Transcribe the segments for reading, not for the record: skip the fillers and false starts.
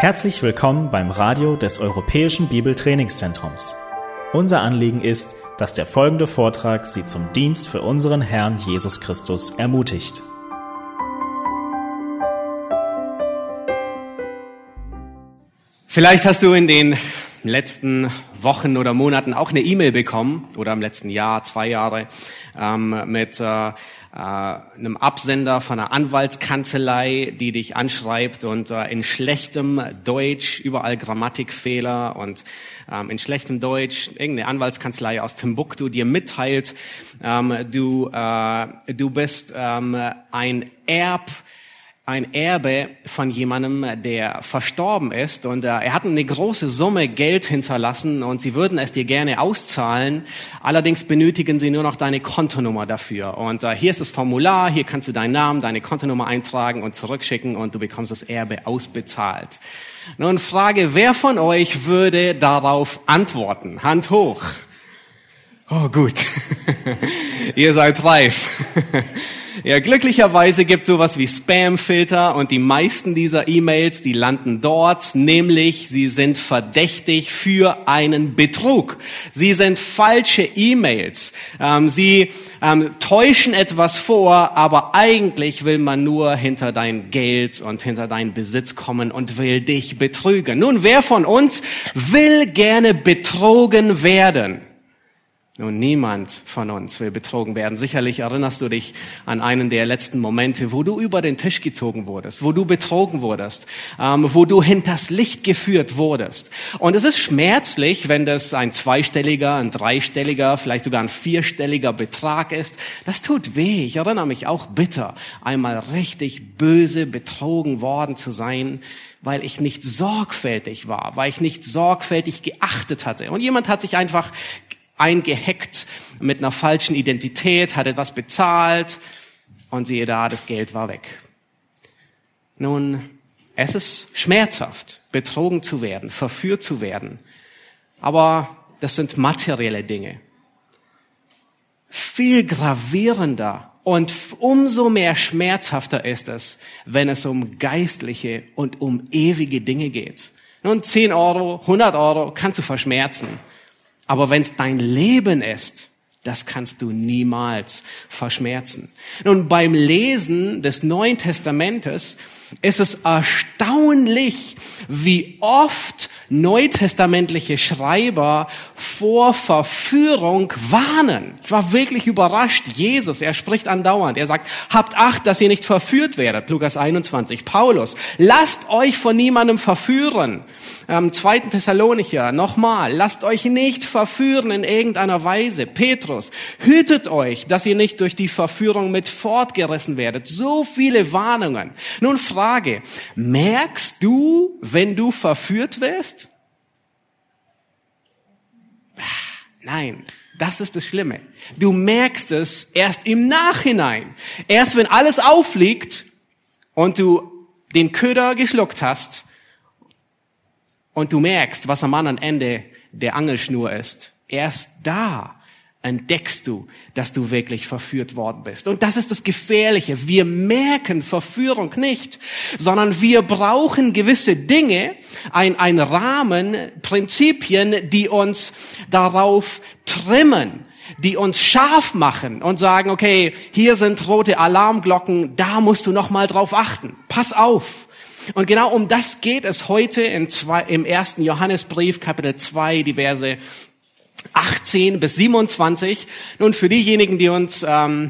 Herzlich willkommen beim Radio des Europäischen Bibeltrainingszentrums. Unser Anliegen ist, dass der folgende Vortrag Sie zum Dienst für unseren Herrn Jesus Christus ermutigt. Vielleicht hast du in den letzten Wochen oder Monaten auch eine E-Mail bekommen oder im letzten Jahr, 2 Jahre, mit einem Absender von einer Anwaltskanzlei, die dich anschreibt und in schlechtem Deutsch, überall Grammatikfehler und in schlechtem Deutsch irgendeine Anwaltskanzlei aus Timbuktu dir mitteilt, du bist ein Erbe von jemandem, der verstorben ist, und er hat eine große Summe Geld hinterlassen und sie würden es dir gerne auszahlen. Allerdings benötigen sie nur noch deine Kontonummer dafür. Und hier ist das Formular, hier kannst du deinen Namen, deine Kontonummer eintragen und zurückschicken und du bekommst das Erbe ausbezahlt. Nun Frage, wer von euch würde darauf antworten? Hand hoch. Oh gut, ihr seid reif. Ja, glücklicherweise gibt es sowas wie Spam-Filter und die meisten dieser E-Mails, die landen dort, nämlich sie sind verdächtig für einen Betrug. Sie sind falsche E-Mails. Sie täuschen etwas vor, aber eigentlich will man nur hinter dein Geld und hinter deinen Besitz kommen und will dich betrügen. Nun, wer von uns will gerne betrogen werden? Nun, niemand von uns will betrogen werden. Sicherlich erinnerst du dich an einen der letzten Momente, wo du über den Tisch gezogen wurdest, wo du betrogen wurdest, wo du hinters Licht geführt wurdest. Und es ist schmerzlich, wenn das ein 2-stelliger, ein 3-stelliger, vielleicht sogar ein 4-stelliger Betrag ist. Das tut weh. Ich erinnere mich auch bitter, einmal richtig böse betrogen worden zu sein, weil ich nicht sorgfältig war, weil ich nicht sorgfältig geachtet hatte. Und jemand hat sich einfach eingehackt mit einer falschen Identität, hat etwas bezahlt und siehe da, das Geld war weg. Nun, es ist schmerzhaft, betrogen zu werden, verführt zu werden, aber das sind materielle Dinge. Viel gravierender und umso mehr schmerzhafter ist es, wenn es um geistliche und um ewige Dinge geht. Nun, 10 Euro, 100 Euro kannst du verschmerzen. Aber wenn es dein Leben ist, das kannst du niemals verschmerzen. Nun, beim Lesen des Neuen Testamentes ist es erstaunlich, wie oft neutestamentliche Schreiber vor Verführung warnen. Ich war wirklich überrascht. Jesus, er spricht andauernd. Er sagt, habt Acht, dass ihr nicht verführt werdet. Lukas 21. Paulus, lasst euch von niemandem verführen. 2. Thessalonicher, nochmal, lasst euch nicht verführen in irgendeiner Weise. Petrus, hütet euch, dass ihr nicht durch die Verführung mit fortgerissen werdet. So viele Warnungen. Nun Frage, merkst du, wenn du verführt wirst? Nein, das ist das Schlimme. Du merkst es erst im Nachhinein. Erst wenn alles aufliegt und du den Köder geschluckt hast und du merkst, was am anderen Ende der Angelschnur ist, erst da entdeckst du, dass du wirklich verführt worden bist. Und das ist das Gefährliche. Wir merken Verführung nicht, sondern wir brauchen gewisse Dinge, ein Rahmen, Prinzipien, die uns darauf trimmen, die uns scharf machen und sagen, okay, hier sind rote Alarmglocken, da musst du noch mal drauf achten. Pass auf. Und genau um das geht es heute im 1. Johannesbrief, Kapitel 2, die Verse 18 bis 27. Nun, für diejenigen, die uns,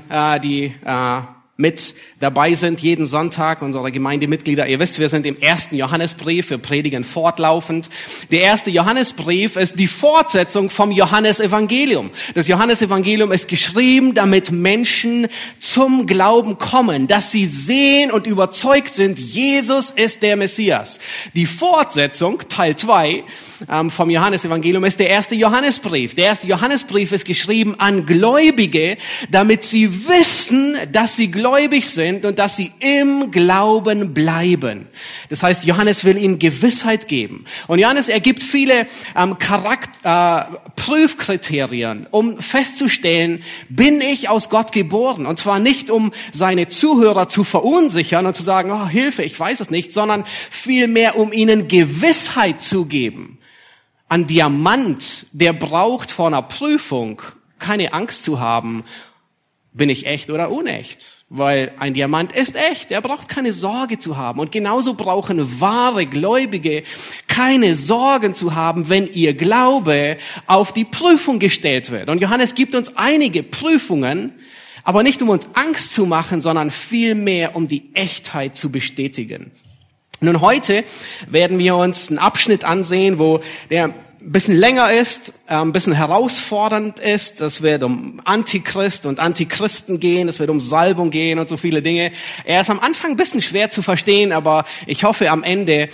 mit dabei sind jeden Sonntag, unsere Gemeindemitglieder, ihr wisst, wir sind im 1. Johannesbrief, wir predigen fortlaufend. Der 1. Johannesbrief ist die Fortsetzung vom Johannesevangelium. Das Johannesevangelium ist geschrieben, damit Menschen zum Glauben kommen, dass sie sehen und überzeugt sind, Jesus ist der Messias. Die Fortsetzung, Teil 2 vom Johannesevangelium, ist der 1. Johannesbrief. Der 1. Johannesbrief ist geschrieben an Gläubige, damit sie wissen, dass sie gläubig gläubig sind und dass sie im Glauben bleiben. Das heißt, Johannes will ihnen Gewissheit geben. Und Johannes, er gibt viele Prüfkriterien, um festzustellen, bin ich aus Gott geboren? Und zwar nicht, um seine Zuhörer zu verunsichern und zu sagen, oh, Hilfe, ich weiß es nicht, sondern vielmehr, um ihnen Gewissheit zu geben. Ein Diamant, der braucht vor einer Prüfung keine Angst zu haben, bin ich echt oder unecht? Weil ein Diamant ist echt, er braucht keine Sorge zu haben. Und genauso brauchen wahre Gläubige keine Sorgen zu haben, wenn ihr Glaube auf die Prüfung gestellt wird. Und Johannes gibt uns einige Prüfungen, aber nicht um uns Angst zu machen, sondern vielmehr um die Echtheit zu bestätigen. Nun, heute werden wir uns einen Abschnitt ansehen, wo der ein bisschen länger ist, ein bisschen herausfordernd ist. Es wird um Antichrist und Antichristen gehen, es wird um Salbung gehen und so viele Dinge. Er ist am Anfang ein bisschen schwer zu verstehen, aber ich hoffe, am Ende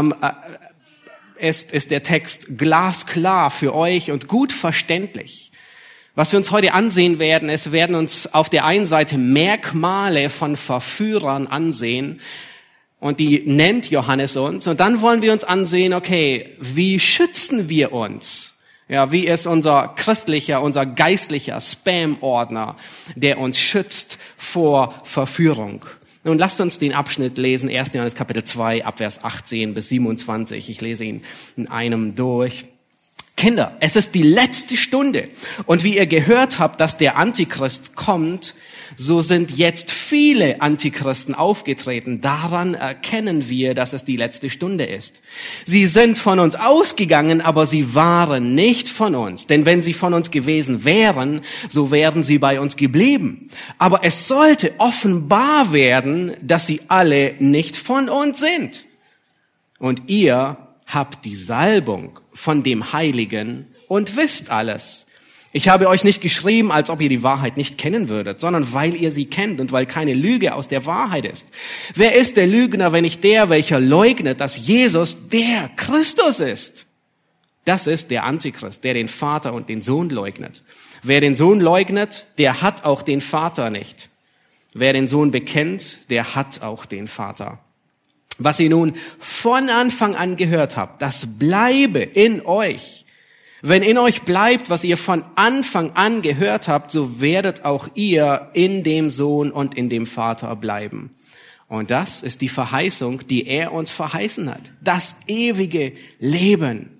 ist der Text glasklar für euch und gut verständlich. Was wir uns heute ansehen werden, wir werden uns auf der einen Seite Merkmale von Verführern ansehen, und die nennt Johannes uns. Und dann wollen wir uns ansehen, okay, wie schützen wir uns? Ja, wie ist unser christlicher, unser geistlicher Spam-Ordner, der uns schützt vor Verführung? Nun lasst uns den Abschnitt lesen, 1. Johannes Kapitel 2, Abvers 18 bis 27. Ich lese ihn in einem durch. Kinder, es ist die letzte Stunde. Und wie ihr gehört habt, dass der Antichrist kommt, so sind jetzt viele Antichristen aufgetreten. Daran erkennen wir, dass es die letzte Stunde ist. Sie sind von uns ausgegangen, aber sie waren nicht von uns. Denn wenn sie von uns gewesen wären, so wären sie bei uns geblieben. Aber es sollte offenbar werden, dass sie alle nicht von uns sind. Und ihr habt die Salbung von dem Heiligen und wisst alles. Ich habe euch nicht geschrieben, als ob ihr die Wahrheit nicht kennen würdet, sondern weil ihr sie kennt und weil keine Lüge aus der Wahrheit ist. Wer ist der Lügner, wenn nicht der, welcher leugnet, dass Jesus der Christus ist? Das ist der Antichrist, der den Vater und den Sohn leugnet. Wer den Sohn leugnet, der hat auch den Vater nicht. Wer den Sohn bekennt, der hat auch den Vater. Was ihr nun von Anfang an gehört habt, das bleibe in euch. Wenn in euch bleibt, was ihr von Anfang an gehört habt, so werdet auch ihr in dem Sohn und in dem Vater bleiben. Und das ist die Verheißung, die er uns verheißen hat. Das ewige Leben.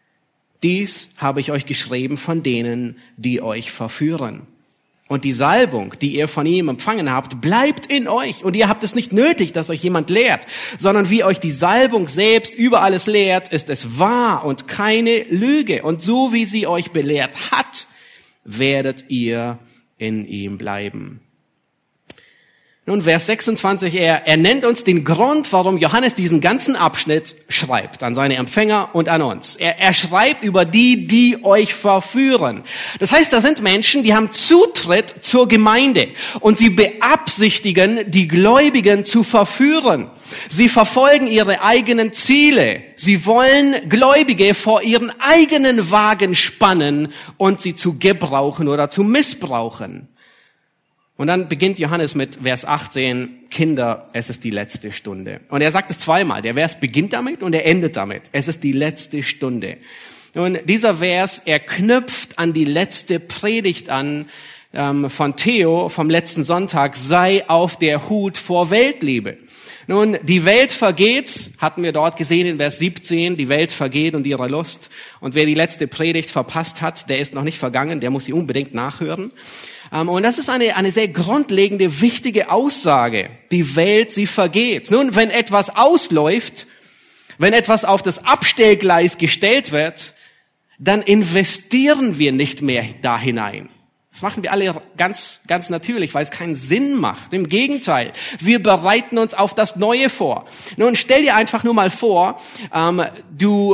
Dies habe ich euch geschrieben von denen, die euch verführen. Und die Salbung, die ihr von ihm empfangen habt, bleibt in euch. Und ihr habt es nicht nötig, dass euch jemand lehrt, sondern wie euch die Salbung selbst über alles lehrt, ist es wahr und keine Lüge. Und so wie sie euch belehrt hat, werdet ihr in ihm bleiben. Nun, Vers 26, er nennt uns den Grund, warum Johannes diesen ganzen Abschnitt schreibt, an seine Empfänger und an uns. Er schreibt über die euch verführen. Das heißt, da sind Menschen, die haben Zutritt zur Gemeinde und sie beabsichtigen, die Gläubigen zu verführen. Sie verfolgen ihre eigenen Ziele. Sie wollen Gläubige vor ihren eigenen Wagen spannen und sie zu gebrauchen oder zu missbrauchen. Und dann beginnt Johannes mit Vers 18, Kinder, es ist die letzte Stunde. Und er sagt es zweimal. Der Vers beginnt damit und er endet damit. Es ist die letzte Stunde. Und dieser Vers, er knüpft an die letzte Predigt an von Theo vom letzten Sonntag, sei auf der Hut vor Weltliebe. Nun, die Welt vergeht, hatten wir dort gesehen in Vers 17, die Welt vergeht und ihre Lust. Und wer die letzte Predigt verpasst hat, der ist noch nicht vergangen, der muss sie unbedingt nachhören. Und das ist eine sehr grundlegende, wichtige Aussage. Die Welt, sie vergeht. Nun, wenn etwas ausläuft, wenn etwas auf das Abstellgleis gestellt wird, dann investieren wir nicht mehr da hinein. Das machen wir alle ganz natürlich, weil es keinen Sinn macht. Im Gegenteil, wir bereiten uns auf das Neue vor. Nun stell dir einfach nur mal vor, du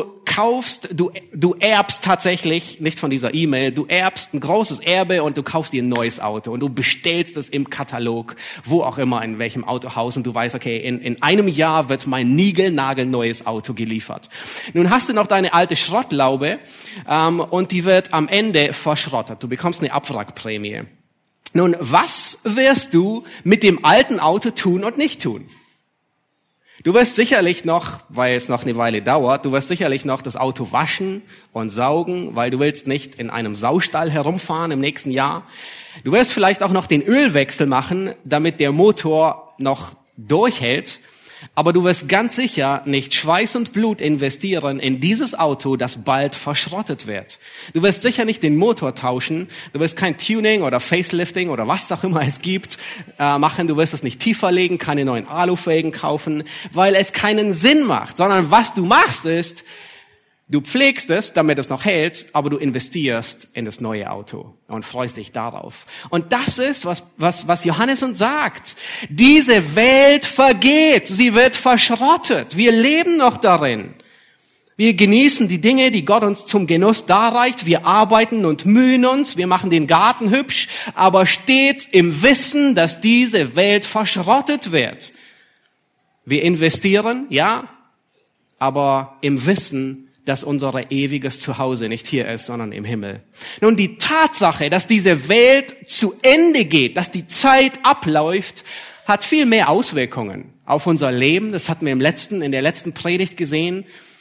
erbst tatsächlich, nicht von dieser E-Mail, du erbst ein großes Erbe und du kaufst dir ein neues Auto und du bestellst es im Katalog, wo auch immer, in welchem Autohaus, und du weißt, okay, in einem Jahr wird mein niegelnagelneues Auto geliefert. Nun hast du noch deine alte Schrottlaube und die wird am Ende verschrottet. Du bekommst eine Abwrackprämie. Nun, was wirst du mit dem alten Auto tun und nicht tun? Du wirst sicherlich noch, weil es noch eine Weile dauert, du wirst sicherlich noch das Auto waschen und saugen, weil du willst nicht in einem Saustall herumfahren im nächsten Jahr. Du wirst vielleicht auch noch den Ölwechsel machen, damit der Motor noch durchhält. Aber du wirst ganz sicher nicht Schweiß und Blut investieren in dieses Auto, das bald verschrottet wird. Du wirst sicher nicht den Motor tauschen. Du wirst kein Tuning oder Facelifting oder was auch immer es gibt machen. Du wirst es nicht tiefer legen, keine neuen Alufelgen kaufen, weil es keinen Sinn macht. Sondern was du machst ist, du pflegst es, damit es noch hält, aber du investierst in das neue Auto und freust dich darauf. Und das ist, was Johannes uns sagt. Diese Welt vergeht, sie wird verschrottet. Wir leben noch darin. Wir genießen die Dinge, die Gott uns zum Genuss darreicht. Wir arbeiten und mühen uns, wir machen den Garten hübsch, aber stets im Wissen, dass diese Welt verschrottet wird. Wir investieren, ja, aber im Wissen, dass unser ewiges Zuhause nicht hier ist, sondern im Himmel. Nun, die Tatsache, dass diese Welt zu Ende geht, dass die Zeit abläuft, hat viel mehr Auswirkungen auf unser Leben. Das hatten wir in der letzten Predigt gesehen.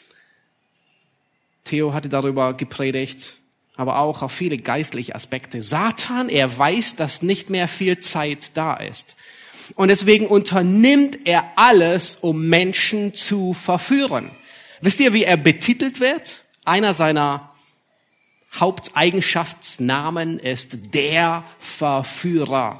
Theo hatte darüber gepredigt, aber auch auf viele geistliche Aspekte. Satan, er weiß, dass nicht mehr viel Zeit da ist. Und deswegen unternimmt er alles, um Menschen zu verführen. Wisst ihr, wie er betitelt wird? Einer seiner Haupteigenschaftsnamen ist der Verführer.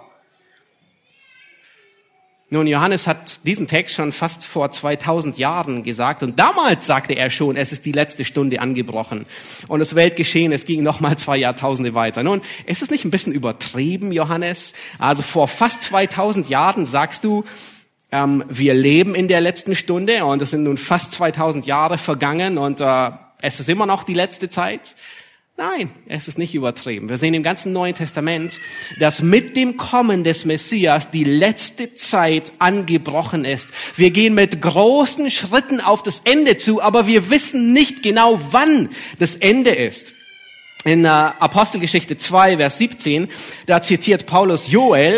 Nun, Johannes hat diesen Text schon fast vor 2000 Jahren gesagt und damals sagte er schon, es ist die letzte Stunde angebrochen und das Weltgeschehen, es ging nochmal 2 Jahrtausende weiter. Nun, ist es nicht ein bisschen übertrieben, Johannes? Also vor fast 2000 Jahren sagst du, wir leben in der letzten Stunde und es sind nun fast 2000 Jahre vergangen und es ist immer noch die letzte Zeit. Nein, es ist nicht übertrieben. Wir sehen im ganzen Neuen Testament, dass mit dem Kommen des Messias die letzte Zeit angebrochen ist. Wir gehen mit großen Schritten auf das Ende zu, aber wir wissen nicht genau, wann das Ende ist. In Apostelgeschichte 2, Vers 17, da zitiert Paulus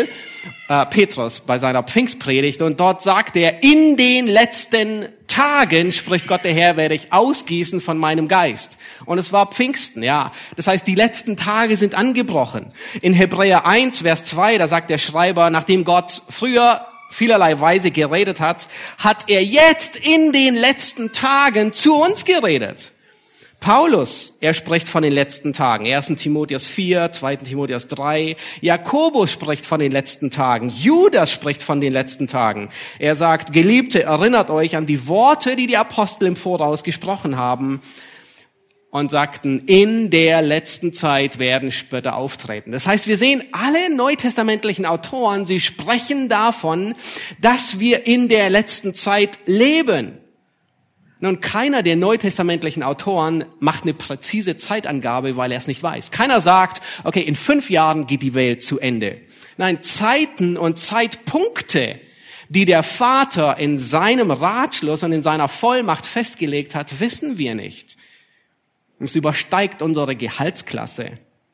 Petrus bei seiner Pfingstpredigt und dort sagt er, in den letzten Tagen, spricht Gott der Herr, werde ich ausgießen von meinem Geist. Und es war Pfingsten, ja. Das heißt, die letzten Tage sind angebrochen. In Hebräer 1, Vers 2, da sagt der Schreiber, nachdem Gott früher vielerlei Weise geredet hat, hat er jetzt in den letzten Tagen zu uns geredet. Paulus, er spricht von den letzten Tagen. 1. Timotheus 4, 2. Timotheus 3. Jakobus spricht von den letzten Tagen. Judas spricht von den letzten Tagen. Er sagt, Geliebte, erinnert euch an die Worte, die die Apostel im Voraus gesprochen haben und sagten, in der letzten Zeit werden Spötter auftreten. Das heißt, wir sehen alle neutestamentlichen Autoren, sie sprechen davon, dass wir in der letzten Zeit leben. Nun, keiner der neutestamentlichen Autoren macht eine präzise Zeitangabe, weil er es nicht weiß. Keiner sagt, okay, in 5 Jahren geht die Welt zu Ende. Nein, Zeiten und Zeitpunkte, die der Vater in seinem Ratschluss und in seiner Vollmacht festgelegt hat, wissen wir nicht. Es übersteigt unsere Gehaltsklasse.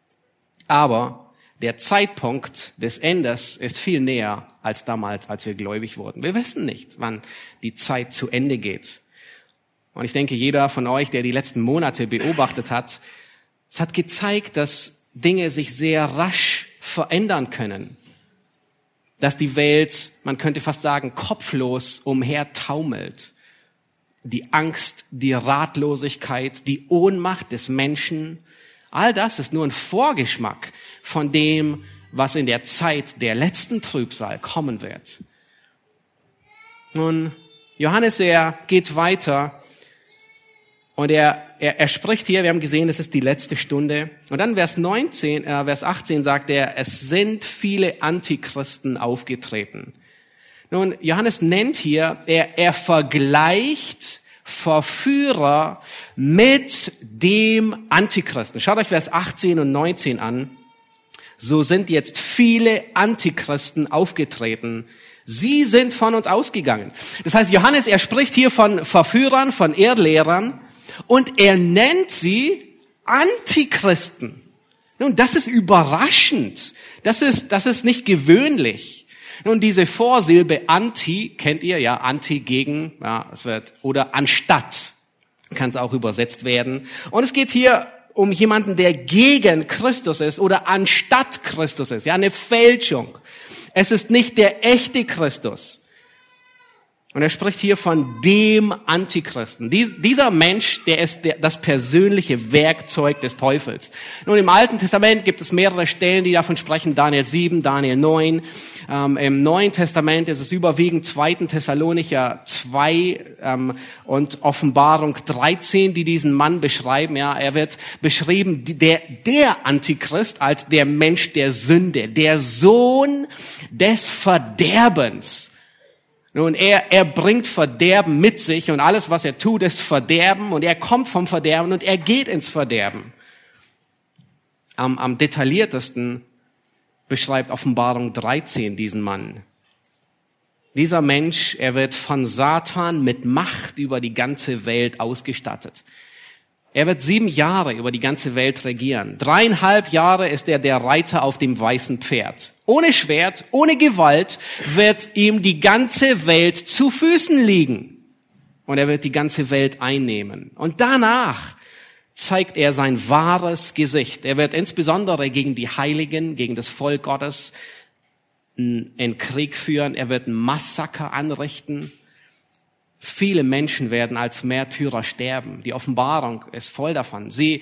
Aber der Zeitpunkt des Endes ist viel näher als damals, als wir gläubig wurden. Wir wissen nicht, wann die Zeit zu Ende geht. Und ich denke, jeder von euch, der die letzten Monate beobachtet hat, es hat gezeigt, dass Dinge sich sehr rasch verändern können. Dass die Welt, man könnte fast sagen, kopflos umhertaumelt. Die Angst, die Ratlosigkeit, die Ohnmacht des Menschen, all das ist nur ein Vorgeschmack von dem, was in der Zeit der letzten Trübsal kommen wird. Nun, Johannes, er geht weiter. Und er spricht hier, wir haben gesehen, es ist die letzte Stunde. Und dann Vers 18 sagt er, es sind viele Antichristen aufgetreten. Nun, Johannes nennt hier, er vergleicht Verführer mit dem Antichristen. Schaut euch Vers 18 und 19 an. So sind jetzt viele Antichristen aufgetreten. Sie sind von uns ausgegangen. Das heißt, Johannes, er spricht hier von Verführern, von Irrlehrern. Und er nennt sie Antichristen. Nun, das ist überraschend. Das ist nicht gewöhnlich. Nun, diese Vorsilbe anti, kennt ihr, ja, anti gegen, ja, oder anstatt, kann es auch übersetzt werden. Und es geht hier um jemanden, der gegen Christus ist oder anstatt Christus ist, ja, eine Fälschung. Es ist nicht der echte Christus. Und er spricht hier von dem Antichristen. Dieser Mensch, der ist das persönliche Werkzeug des Teufels. Nun, im Alten Testament gibt es mehrere Stellen, die davon sprechen. Daniel 7, Daniel 9. Im Neuen Testament ist es überwiegend 2. Thessalonicher 2 und Offenbarung 13, die diesen Mann beschreiben. Ja, er wird beschrieben, der Antichrist als der Mensch der Sünde, der Sohn des Verderbens. Nun, er bringt Verderben mit sich und alles, was er tut, ist Verderben und er kommt vom Verderben und er geht ins Verderben. Am detailliertesten beschreibt Offenbarung 13 diesen Mann. Dieser Mensch, er wird von Satan mit Macht über die ganze Welt ausgestattet. Er wird 7 Jahre über die ganze Welt regieren. 3,5 Jahre ist er der Reiter auf dem weißen Pferd. Ohne Schwert, ohne Gewalt wird ihm die ganze Welt zu Füßen liegen. Und er wird die ganze Welt einnehmen. Und danach zeigt er sein wahres Gesicht. Er wird insbesondere gegen die Heiligen, gegen das Volk Gottes einen Krieg führen. Er wird ein Massaker anrichten. Viele Menschen werden als Märtyrer sterben. Die Offenbarung ist voll davon. Sie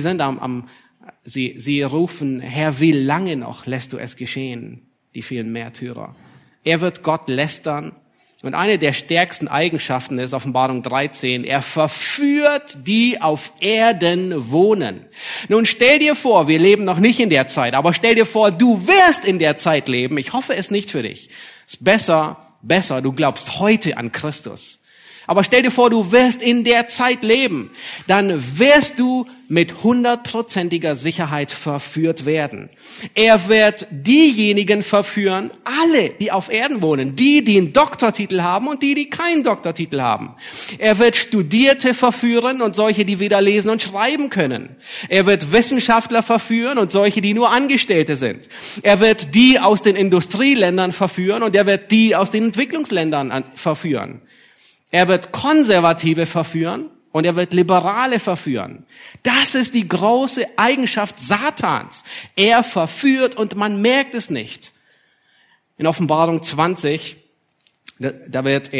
rufen, Herr, wie lange noch lässt du es geschehen, die vielen Märtyrer? Er wird Gott lästern. Und eine der stärksten Eigenschaften ist Offenbarung 13. Er verführt die auf Erden wohnen. Nun stell dir vor, wir leben noch nicht in der Zeit, aber stell dir vor, du wirst in der Zeit leben. Ich hoffe es nicht für dich. Es ist besser, du glaubst heute an Christus. Aber stell dir vor, du wirst in der Zeit leben. Dann wirst du mit 100%iger Sicherheit verführt werden. Er wird diejenigen verführen, alle, die auf Erden wohnen. Die einen Doktortitel haben und die keinen Doktortitel haben. Er wird Studierte verführen und solche, die weder lesen und schreiben können. Er wird Wissenschaftler verführen und solche, die nur Angestellte sind. Er wird die aus den Industrieländern verführen und er wird die aus den Entwicklungsländern verführen. Er wird Konservative verführen und er wird Liberale verführen. Das ist die große Eigenschaft Satans. Er verführt und man merkt es nicht. In Offenbarung 20, da wird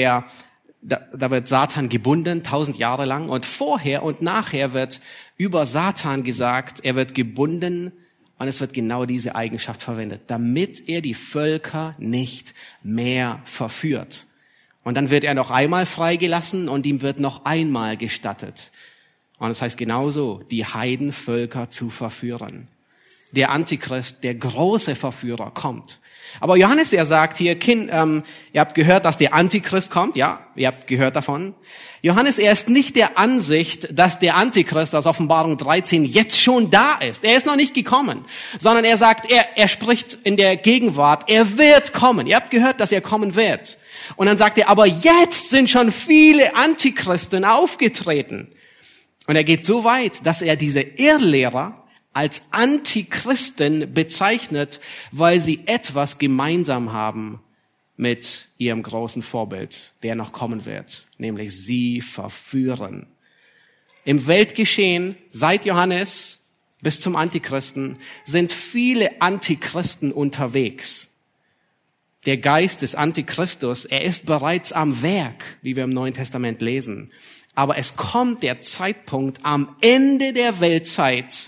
Satan gebunden, 1000 Jahre lang. Und vorher und nachher wird über Satan gesagt, er wird gebunden und es wird genau diese Eigenschaft verwendet, damit er die Völker nicht mehr verführt. Und dann wird er noch einmal freigelassen und ihm wird noch einmal gestattet. Und das heißt genauso, die Heidenvölker zu verführen. Der Antichrist, der große Verführer, kommt. Aber Johannes, er sagt hier, ihr habt gehört, dass der Antichrist kommt. Ja, ihr habt gehört davon. Johannes, er ist nicht der Ansicht, dass der Antichrist aus Offenbarung 13 jetzt schon da ist. Er ist noch nicht gekommen. Sondern er sagt, er spricht in der Gegenwart, er wird kommen. Ihr habt gehört, dass er kommen wird. Und dann sagt er, aber jetzt sind schon viele Antichristen aufgetreten. Und er geht so weit, dass er diese Irrlehrer als Antichristen bezeichnet, weil sie etwas gemeinsam haben mit ihrem großen Vorbild, der noch kommen wird, nämlich sie verführen. Im Weltgeschehen seit Johannes bis zum Antichristen sind viele Antichristen unterwegs. Der Geist des Antichristus, er ist bereits am Werk, wie wir im Neuen Testament lesen. Aber es kommt der Zeitpunkt am Ende der Weltzeit,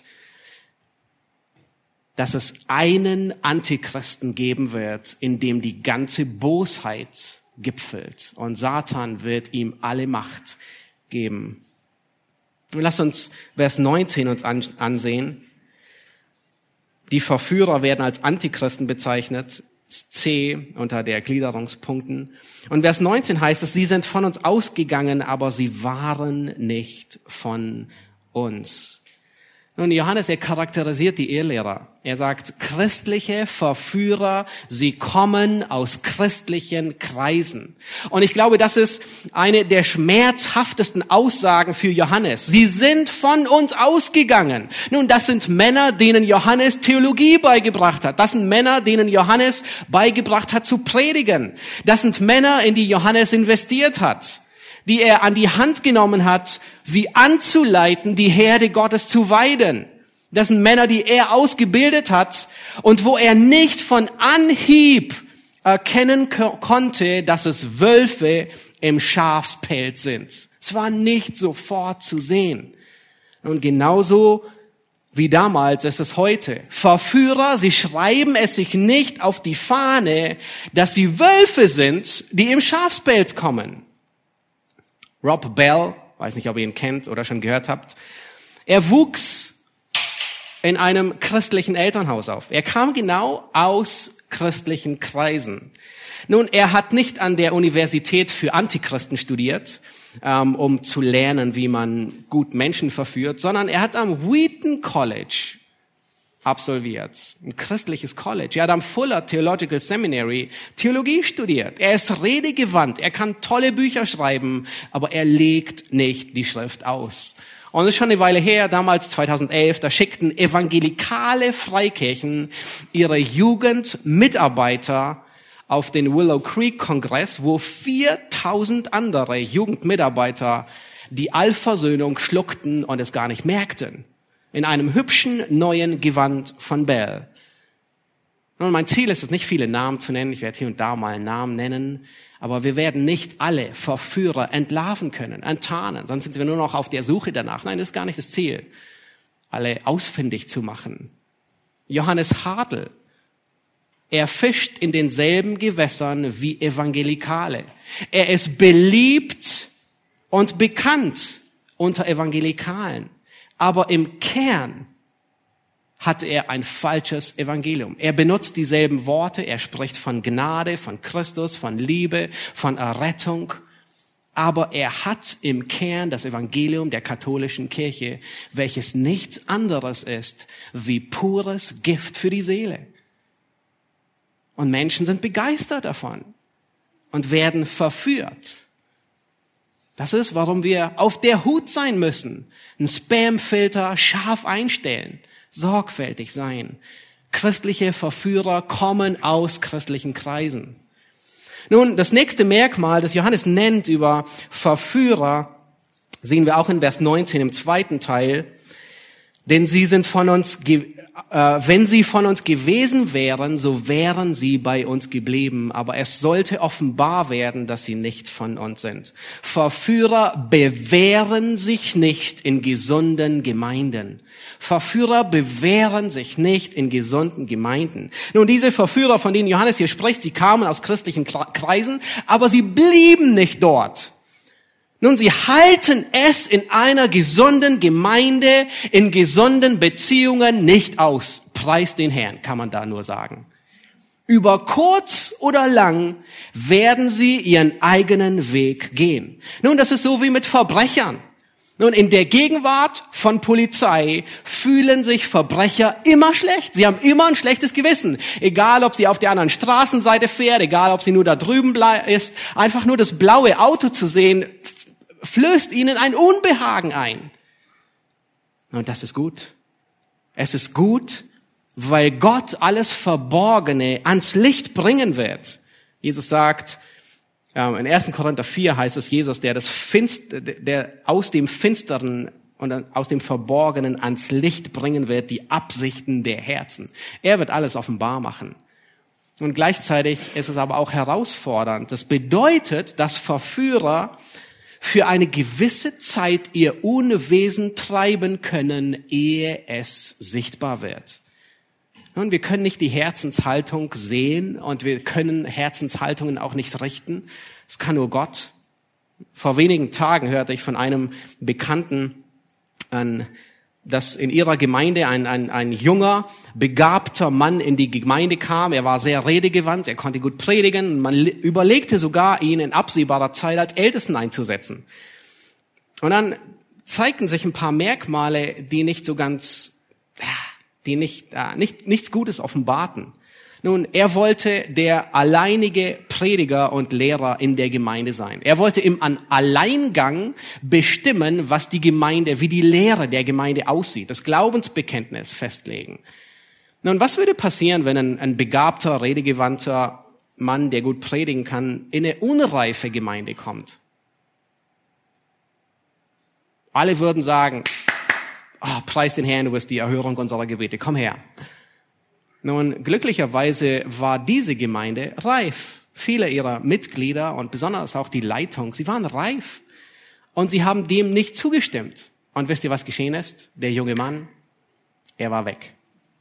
dass es einen Antichristen geben wird, in dem die ganze Bosheit gipfelt. Und Satan wird ihm alle Macht geben. Und lass uns Vers 19 uns ansehen. Die Verführer werden als Antichristen bezeichnet. C unter der Gliederungspunkten. Und Vers 19 heißt es, sie sind von uns ausgegangen, aber sie waren nicht von uns. Nun, Johannes, er charakterisiert die Irrlehrer. Er sagt, christliche Verführer, sie kommen aus christlichen Kreisen. Und ich glaube, das ist eine der schmerzhaftesten Aussagen für Johannes. Sie sind von uns ausgegangen. Nun, das sind Männer, denen Johannes Theologie beigebracht hat. Das sind Männer, denen Johannes beigebracht hat zu predigen. Das sind Männer, in die Johannes investiert hat, die er an die Hand genommen hat, sie anzuleiten, die Herde Gottes zu weiden. Das sind Männer, die er ausgebildet hat und wo er nicht von Anhieb erkennen konnte, dass es Wölfe im Schafspelz sind. Es war nicht sofort zu sehen. Und genauso wie damals ist es heute. Verführer, sie schreiben es sich nicht auf die Fahne, dass sie Wölfe sind, die im Schafspelz kommen. Rob Bell, weiß nicht, ob ihr ihn kennt oder schon gehört habt, er wuchs in einem christlichen Elternhaus auf. Er kam genau aus christlichen Kreisen. Nun, er hat nicht an der Universität für Antichristen studiert, um zu lernen, wie man gut Menschen verführt, sondern er hat am Wheaton College absolviert, ein christliches College. Er hat am Fuller Theological Seminary Theologie studiert. Er ist redegewandt, er kann tolle Bücher schreiben, aber er legt nicht die Schrift aus. Und es ist schon eine Weile her, damals 2011, da schickten evangelikale Freikirchen ihre Jugendmitarbeiter auf den Willow Creek Kongress, wo 4000 andere Jugendmitarbeiter die Allversöhnung schluckten und es gar nicht merkten. In einem hübschen neuen Gewand von Bell. Und mein Ziel ist es nicht, viele Namen zu nennen. Ich werde hier und da mal einen Namen nennen. Aber wir werden nicht alle Verführer entlarven können, enttarnen. Sonst sind wir nur noch auf der Suche danach. Nein, das ist gar nicht das Ziel, alle ausfindig zu machen. Johannes Hartl, er fischt in denselben Gewässern wie Evangelikale. Er ist beliebt und bekannt unter Evangelikalen. Aber im Kern hatte er ein falsches Evangelium. Er benutzt dieselben Worte, er spricht von Gnade, von Christus, von Liebe, von Errettung. Aber er hat im Kern das Evangelium der katholischen Kirche, welches nichts anderes ist wie pures Gift für die Seele. Und Menschen sind begeistert davon und werden verführt. Das ist, warum wir auf der Hut sein müssen. Einen Spamfilter scharf einstellen, sorgfältig sein. Christliche Verführer kommen aus christlichen Kreisen. Nun, das nächste Merkmal, das Johannes nennt über Verführer, sehen wir auch in Vers 19 im zweiten Teil. Denn sie sind von uns, wenn sie von uns gewesen wären, so wären sie bei uns geblieben. Aber es sollte offenbar werden, dass sie nicht von uns sind. Verführer bewähren sich nicht in gesunden Gemeinden. Verführer bewähren sich nicht in gesunden Gemeinden. Nun, diese Verführer, von denen Johannes hier spricht, sie kamen aus christlichen Kreisen, aber sie blieben nicht dort. Nun, sie halten es in einer gesunden Gemeinde, in gesunden Beziehungen nicht aus. Preis den Herrn, kann man da nur sagen. Über kurz oder lang werden sie ihren eigenen Weg gehen. Nun, das ist so wie mit Verbrechern. Nun, in der Gegenwart von Polizei fühlen sich Verbrecher immer schlecht. Sie haben immer ein schlechtes Gewissen. Egal, ob sie auf der anderen Straßenseite fährt, egal, ob sie nur da drüben ist. Einfach nur das blaue Auto zu sehen, flößt ihnen ein Unbehagen ein. Und das ist gut. Es ist gut, weil Gott alles Verborgene ans Licht bringen wird. Jesus sagt, in 1. Korinther 4 heißt es, Jesus, der aus dem Finsteren und aus dem Verborgenen ans Licht bringen wird, die Absichten der Herzen. Er wird alles offenbar machen. Und gleichzeitig ist es aber auch herausfordernd. Das bedeutet, dass Verführer für eine gewisse Zeit ihr Unwesen treiben können, ehe es sichtbar wird. Und wir können nicht die Herzenshaltung sehen und wir können Herzenshaltungen auch nicht richten. Es kann nur Gott. Vor wenigen Tagen hörte ich von einem Bekannten, dass in ihrer Gemeinde ein junger, begabter Mann in die Gemeinde kam. Er war sehr redegewandt, er konnte gut predigen. Man überlegte sogar, ihn in absehbarer Zeit als Ältesten einzusetzen. Und dann zeigten sich ein paar Merkmale, die nicht so ganz, nichts Gutes offenbarten. Nun, er wollte der alleinige Prediger und Lehrer in der Gemeinde sein. Er wollte im Alleingang bestimmen, was die Gemeinde, wie die Lehre der Gemeinde aussieht, das Glaubensbekenntnis festlegen. Nun, was würde passieren, wenn ein begabter, redegewandter Mann, der gut predigen kann, in eine unreife Gemeinde kommt? Alle würden sagen, preis den Herrn, du bist die Erhörung unserer Gebete, komm her. Nun, glücklicherweise war diese Gemeinde reif. Viele ihrer Mitglieder und besonders auch die Leitung, sie waren reif. Und sie haben dem nicht zugestimmt. Und wisst ihr, was geschehen ist? Der junge Mann, er war weg.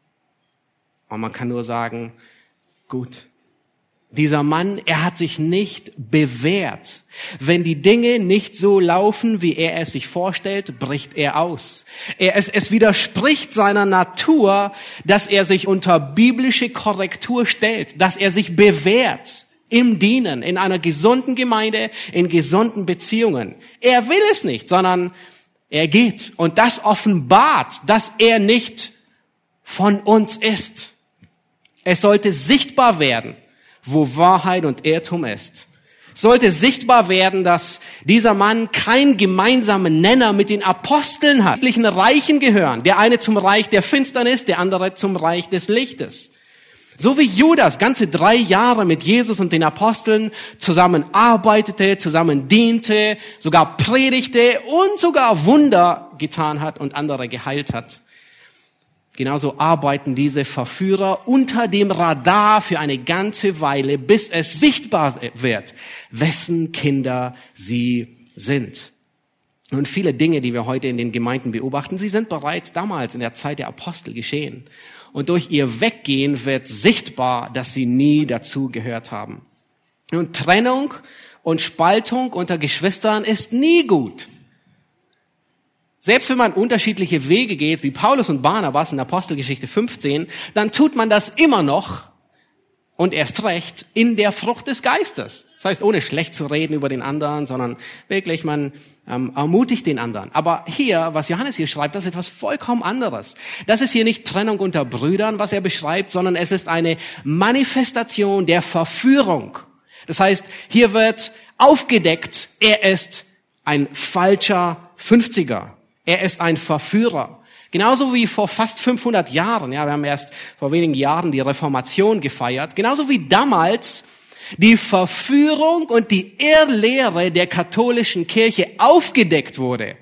Und man kann nur sagen, gut. Dieser Mann, er hat sich nicht bewährt. Wenn die Dinge nicht so laufen, wie er es sich vorstellt, bricht er aus. Es widerspricht seiner Natur, dass er sich unter biblische Korrektur stellt, dass er sich bewährt im Dienen, in einer gesunden Gemeinde, in gesunden Beziehungen. Er will es nicht, sondern er geht. Und das offenbart, dass er nicht von uns ist. Es sollte sichtbar werden, wo Wahrheit und Irrtum ist. Es sollte sichtbar werden, dass dieser Mann keinen gemeinsamen Nenner mit den Aposteln hat. Die Reichen gehören. Der eine zum Reich der Finsternis, der andere zum Reich des Lichtes. So wie Judas ganze 3 Jahre mit Jesus und den Aposteln zusammen arbeitete, zusammen diente, sogar predigte und sogar Wunder getan hat und andere geheilt hat. Genauso arbeiten diese Verführer unter dem Radar für eine ganze Weile, bis es sichtbar wird, wessen Kinder sie sind. Und viele Dinge, die wir heute in den Gemeinden beobachten, sie sind bereits damals in der Zeit der Apostel geschehen. Und durch ihr Weggehen wird sichtbar, dass sie nie dazu gehört haben. Und Trennung und Spaltung unter Geschwistern ist nie gut. Selbst wenn man unterschiedliche Wege geht, wie Paulus und Barnabas in Apostelgeschichte 15, dann tut man das immer noch und erst recht in der Frucht des Geistes. Das heißt, ohne schlecht zu reden über den anderen, sondern wirklich, man ermutigt den anderen. Aber hier, was Johannes hier schreibt, das ist etwas vollkommen anderes. Das ist hier nicht Trennung unter Brüdern, was er beschreibt, sondern es ist eine Manifestation der Verführung. Das heißt, hier wird aufgedeckt, er ist ein falscher 50er. Er ist ein Verführer. Genauso wie vor fast 500 Jahren, ja, wir haben erst vor wenigen Jahren die Reformation gefeiert, genauso wie damals die Verführung und die Irrlehre der katholischen Kirche aufgedeckt wurde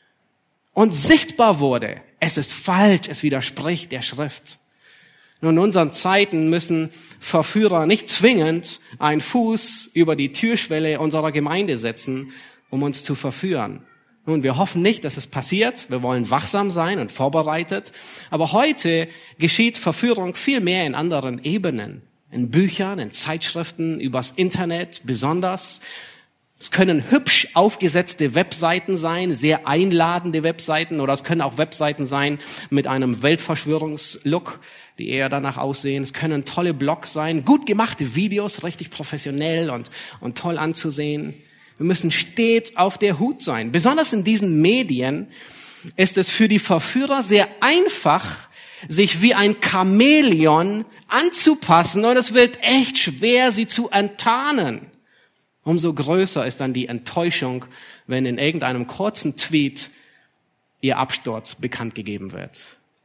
und sichtbar wurde. Es ist falsch, es widerspricht der Schrift. Nun, in unseren Zeiten müssen Verführer nicht zwingend einen Fuß über die Türschwelle unserer Gemeinde setzen, um uns zu verführen. Nun, wir hoffen nicht, dass es passiert. Wir wollen wachsam sein und vorbereitet. Aber heute geschieht Verführung viel mehr in anderen Ebenen. In Büchern, in Zeitschriften, übers Internet besonders. Es können hübsch aufgesetzte Webseiten sein, sehr einladende Webseiten. Oder es können auch Webseiten sein mit einem Weltverschwörungslook, die eher danach aussehen. Es können tolle Blogs sein, gut gemachte Videos, richtig professionell und toll anzusehen. Wir müssen stets auf der Hut sein. Besonders in diesen Medien ist es für die Verführer sehr einfach, sich wie ein Chamäleon anzupassen. Und es wird echt schwer, sie zu enttarnen. Umso größer ist dann die Enttäuschung, wenn in irgendeinem kurzen Tweet ihr Absturz bekannt gegeben wird.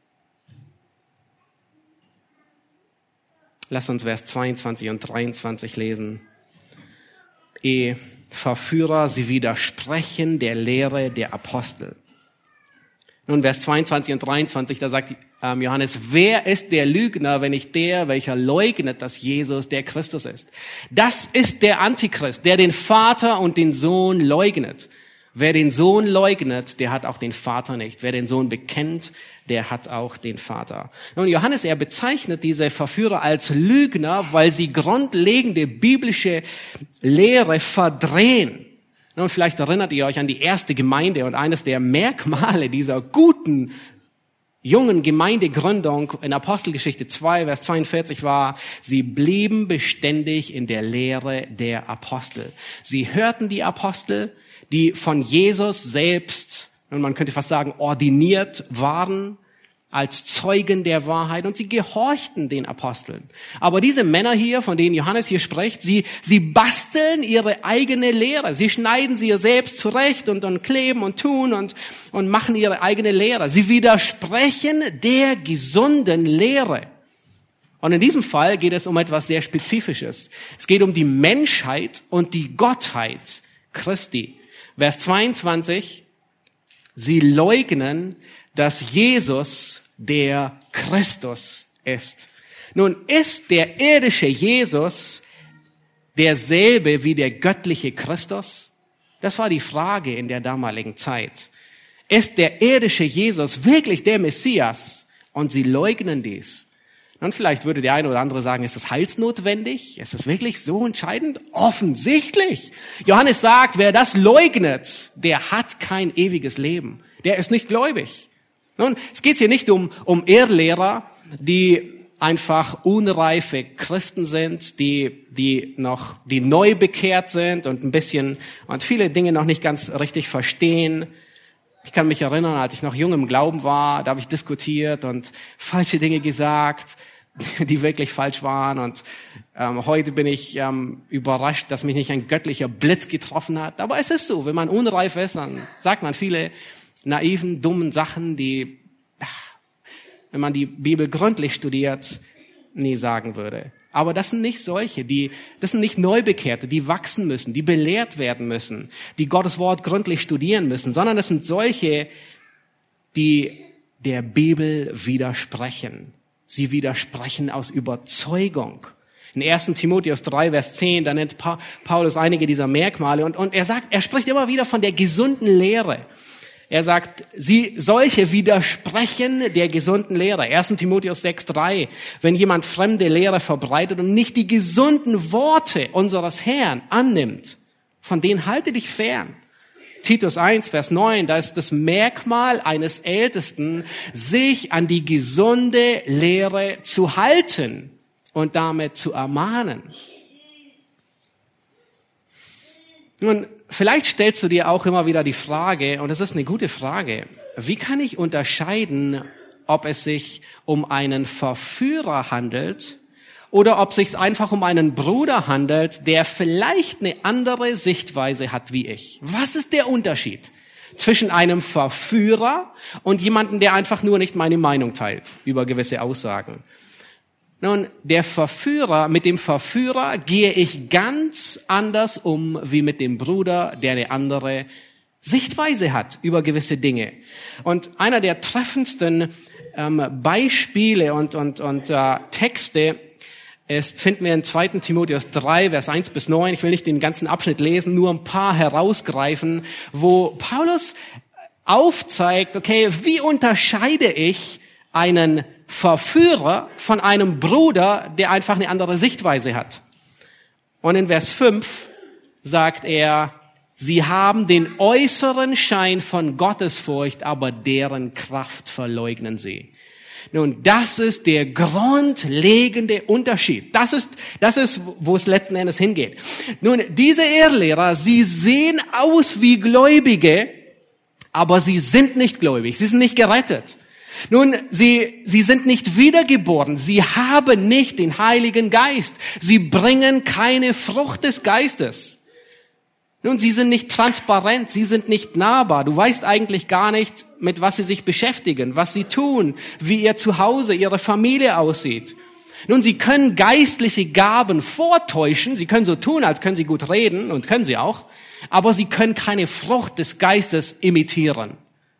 Lass uns Vers 22 und 23 lesen. Verführer, sie widersprechen der Lehre der Apostel. Nun, Vers 22 und 23, da sagt Johannes, wer ist der Lügner, wenn nicht der, welcher leugnet, dass Jesus der Christus ist? Das ist der Antichrist, der den Vater und den Sohn leugnet. Wer den Sohn leugnet, der hat auch den Vater nicht. Wer den Sohn bekennt, der hat auch den Vater. Nun, Johannes, er bezeichnet diese Verführer als Lügner, weil sie grundlegende biblische Lehre verdrehen. Nun, vielleicht erinnert ihr euch an die erste Gemeinde und eines der Merkmale dieser guten, jungen Gemeindegründung in Apostelgeschichte 2, Vers 42 war, sie blieben beständig in der Lehre der Apostel. Sie hörten die Apostel, die von Jesus selbst und man könnte fast sagen, ordiniert waren als Zeugen der Wahrheit und sie gehorchten den Aposteln. Aber diese Männer hier, von denen Johannes hier spricht, sie basteln ihre eigene Lehre. Sie schneiden sie selbst zurecht und kleben und tun und machen ihre eigene Lehre. Sie widersprechen der gesunden Lehre. Und in diesem Fall geht es um etwas sehr Spezifisches. Es geht um die Menschheit und die Gottheit Christi. Vers 22, sie leugnen, dass Jesus der Christus ist. Nun, ist der irdische Jesus derselbe wie der göttliche Christus? Das war die Frage in der damaligen Zeit. Ist der irdische Jesus wirklich der Messias? Und sie leugnen dies. Und vielleicht würde der eine oder andere sagen, ist das heilsnotwendig? Ist das wirklich so entscheidend? Offensichtlich. Johannes sagt, wer das leugnet, der hat kein ewiges Leben. Der ist nicht gläubig. Nun, es geht hier nicht um Irrlehrer, die einfach unreife Christen sind, die neu bekehrt sind und viele Dinge noch nicht ganz richtig verstehen. Ich kann mich erinnern, als ich noch jung im Glauben war, da habe ich diskutiert und falsche Dinge gesagt, die wirklich falsch waren. Und heute bin ich überrascht, dass mich nicht ein göttlicher Blitz getroffen hat. Aber es ist so, wenn man unreif ist, dann sagt man viele naiven, dummen Sachen, die, wenn man die Bibel gründlich studiert, nie sagen würde. Aber das sind nicht solche, das sind nicht Neubekehrte, die wachsen müssen, die belehrt werden müssen, die Gottes Wort gründlich studieren müssen, sondern das sind solche, die der Bibel widersprechen. Sie widersprechen aus Überzeugung. In 1. Timotheus 3, Vers 10, da nennt Paulus einige dieser Merkmale und er spricht immer wieder von der gesunden Lehre. Er sagt, solche widersprechen der gesunden Lehre. 1. Timotheus 6,3. Wenn jemand fremde Lehre verbreitet und nicht die gesunden Worte unseres Herrn annimmt, von denen halte dich fern. Titus 1, Vers 9, da ist das Merkmal eines Ältesten, sich an die gesunde Lehre zu halten und damit zu ermahnen. Nun, vielleicht stellst du dir auch immer wieder die Frage, und das ist eine gute Frage, wie kann ich unterscheiden, ob es sich um einen Verführer handelt oder ob es sich einfach um einen Bruder handelt, der vielleicht eine andere Sichtweise hat wie ich? Was ist der Unterschied zwischen einem Verführer und jemandem, der einfach nur nicht meine Meinung teilt über gewisse Aussagen? Nun, mit dem Verführer gehe ich ganz anders um wie mit dem Bruder, der eine andere Sichtweise hat über gewisse Dinge. Und einer der treffendsten Beispiele und Texte finden wir in 2. Timotheus 3, Vers 1 bis 9. Ich will nicht den ganzen Abschnitt lesen, nur ein paar herausgreifen, wo Paulus aufzeigt, okay, wie unterscheide ich einen Verführer von einem Bruder, der einfach eine andere Sichtweise hat. Und in Vers 5 sagt er, sie haben den äußeren Schein von Gottesfurcht, aber deren Kraft verleugnen sie. Nun, das ist der grundlegende Unterschied. Das ist, wo es letzten Endes hingeht. Nun, diese Irrlehrer, sie sehen aus wie Gläubige, aber sie sind nicht gläubig, sie sind nicht gerettet. Nun, sie sind nicht wiedergeboren. Sie haben nicht den Heiligen Geist. Sie bringen keine Frucht des Geistes. Nun, sie sind nicht transparent. Sie sind nicht nahbar. Du weißt eigentlich gar nicht, mit was sie sich beschäftigen, was sie tun, wie ihr Zuhause, ihre Familie aussieht. Nun, sie können geistliche Gaben vortäuschen. Sie können so tun, als können sie gut reden und können sie auch. Aber sie können keine Frucht des Geistes imitieren.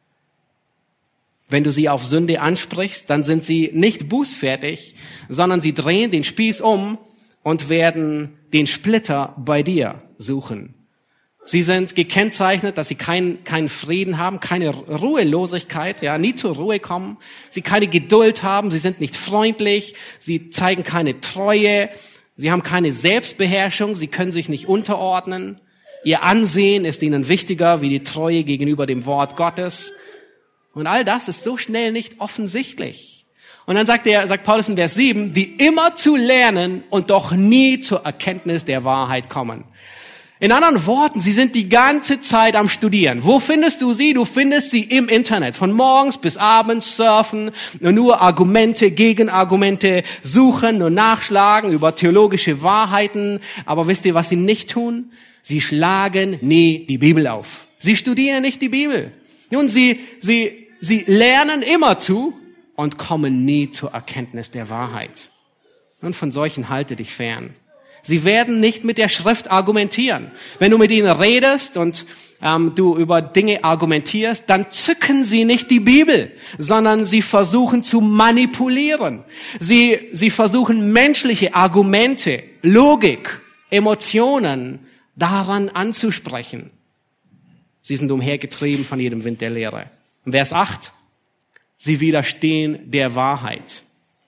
Wenn du sie auf Sünde ansprichst, dann sind sie nicht bußfertig, sondern sie drehen den Spieß um und werden den Splitter bei dir suchen. Sie sind gekennzeichnet, dass sie keinen Frieden haben, keine Ruhelosigkeit, nie zur Ruhe kommen. Sie keine Geduld haben, sie sind nicht freundlich, sie zeigen keine Treue, sie haben keine Selbstbeherrschung, sie können sich nicht unterordnen. Ihr Ansehen ist ihnen wichtiger wie die Treue gegenüber dem Wort Gottes. Und all das ist so schnell nicht offensichtlich. Und dann sagt Paulus in Vers 7, die immer zu lernen und doch nie zur Erkenntnis der Wahrheit kommen. In anderen Worten, sie sind die ganze Zeit am Studieren. Wo findest du sie? Du findest sie im Internet. Von morgens bis abends surfen, nur Argumente, Gegenargumente suchen, nur nachschlagen über theologische Wahrheiten. Aber wisst ihr, was sie nicht tun? Sie schlagen nie die Bibel auf. Sie studieren nicht die Bibel. Nun, sie lernen immerzu und kommen nie zur Erkenntnis der Wahrheit. Und von solchen halte dich fern. Sie werden nicht mit der Schrift argumentieren. Wenn du mit ihnen redest und du über Dinge argumentierst, dann zücken sie nicht die Bibel, sondern sie versuchen zu manipulieren. Sie versuchen menschliche Argumente, Logik, Emotionen daran anzusprechen. Sie sind umhergetrieben von jedem Wind der Lehre. Und Vers 8, sie widerstehen der Wahrheit.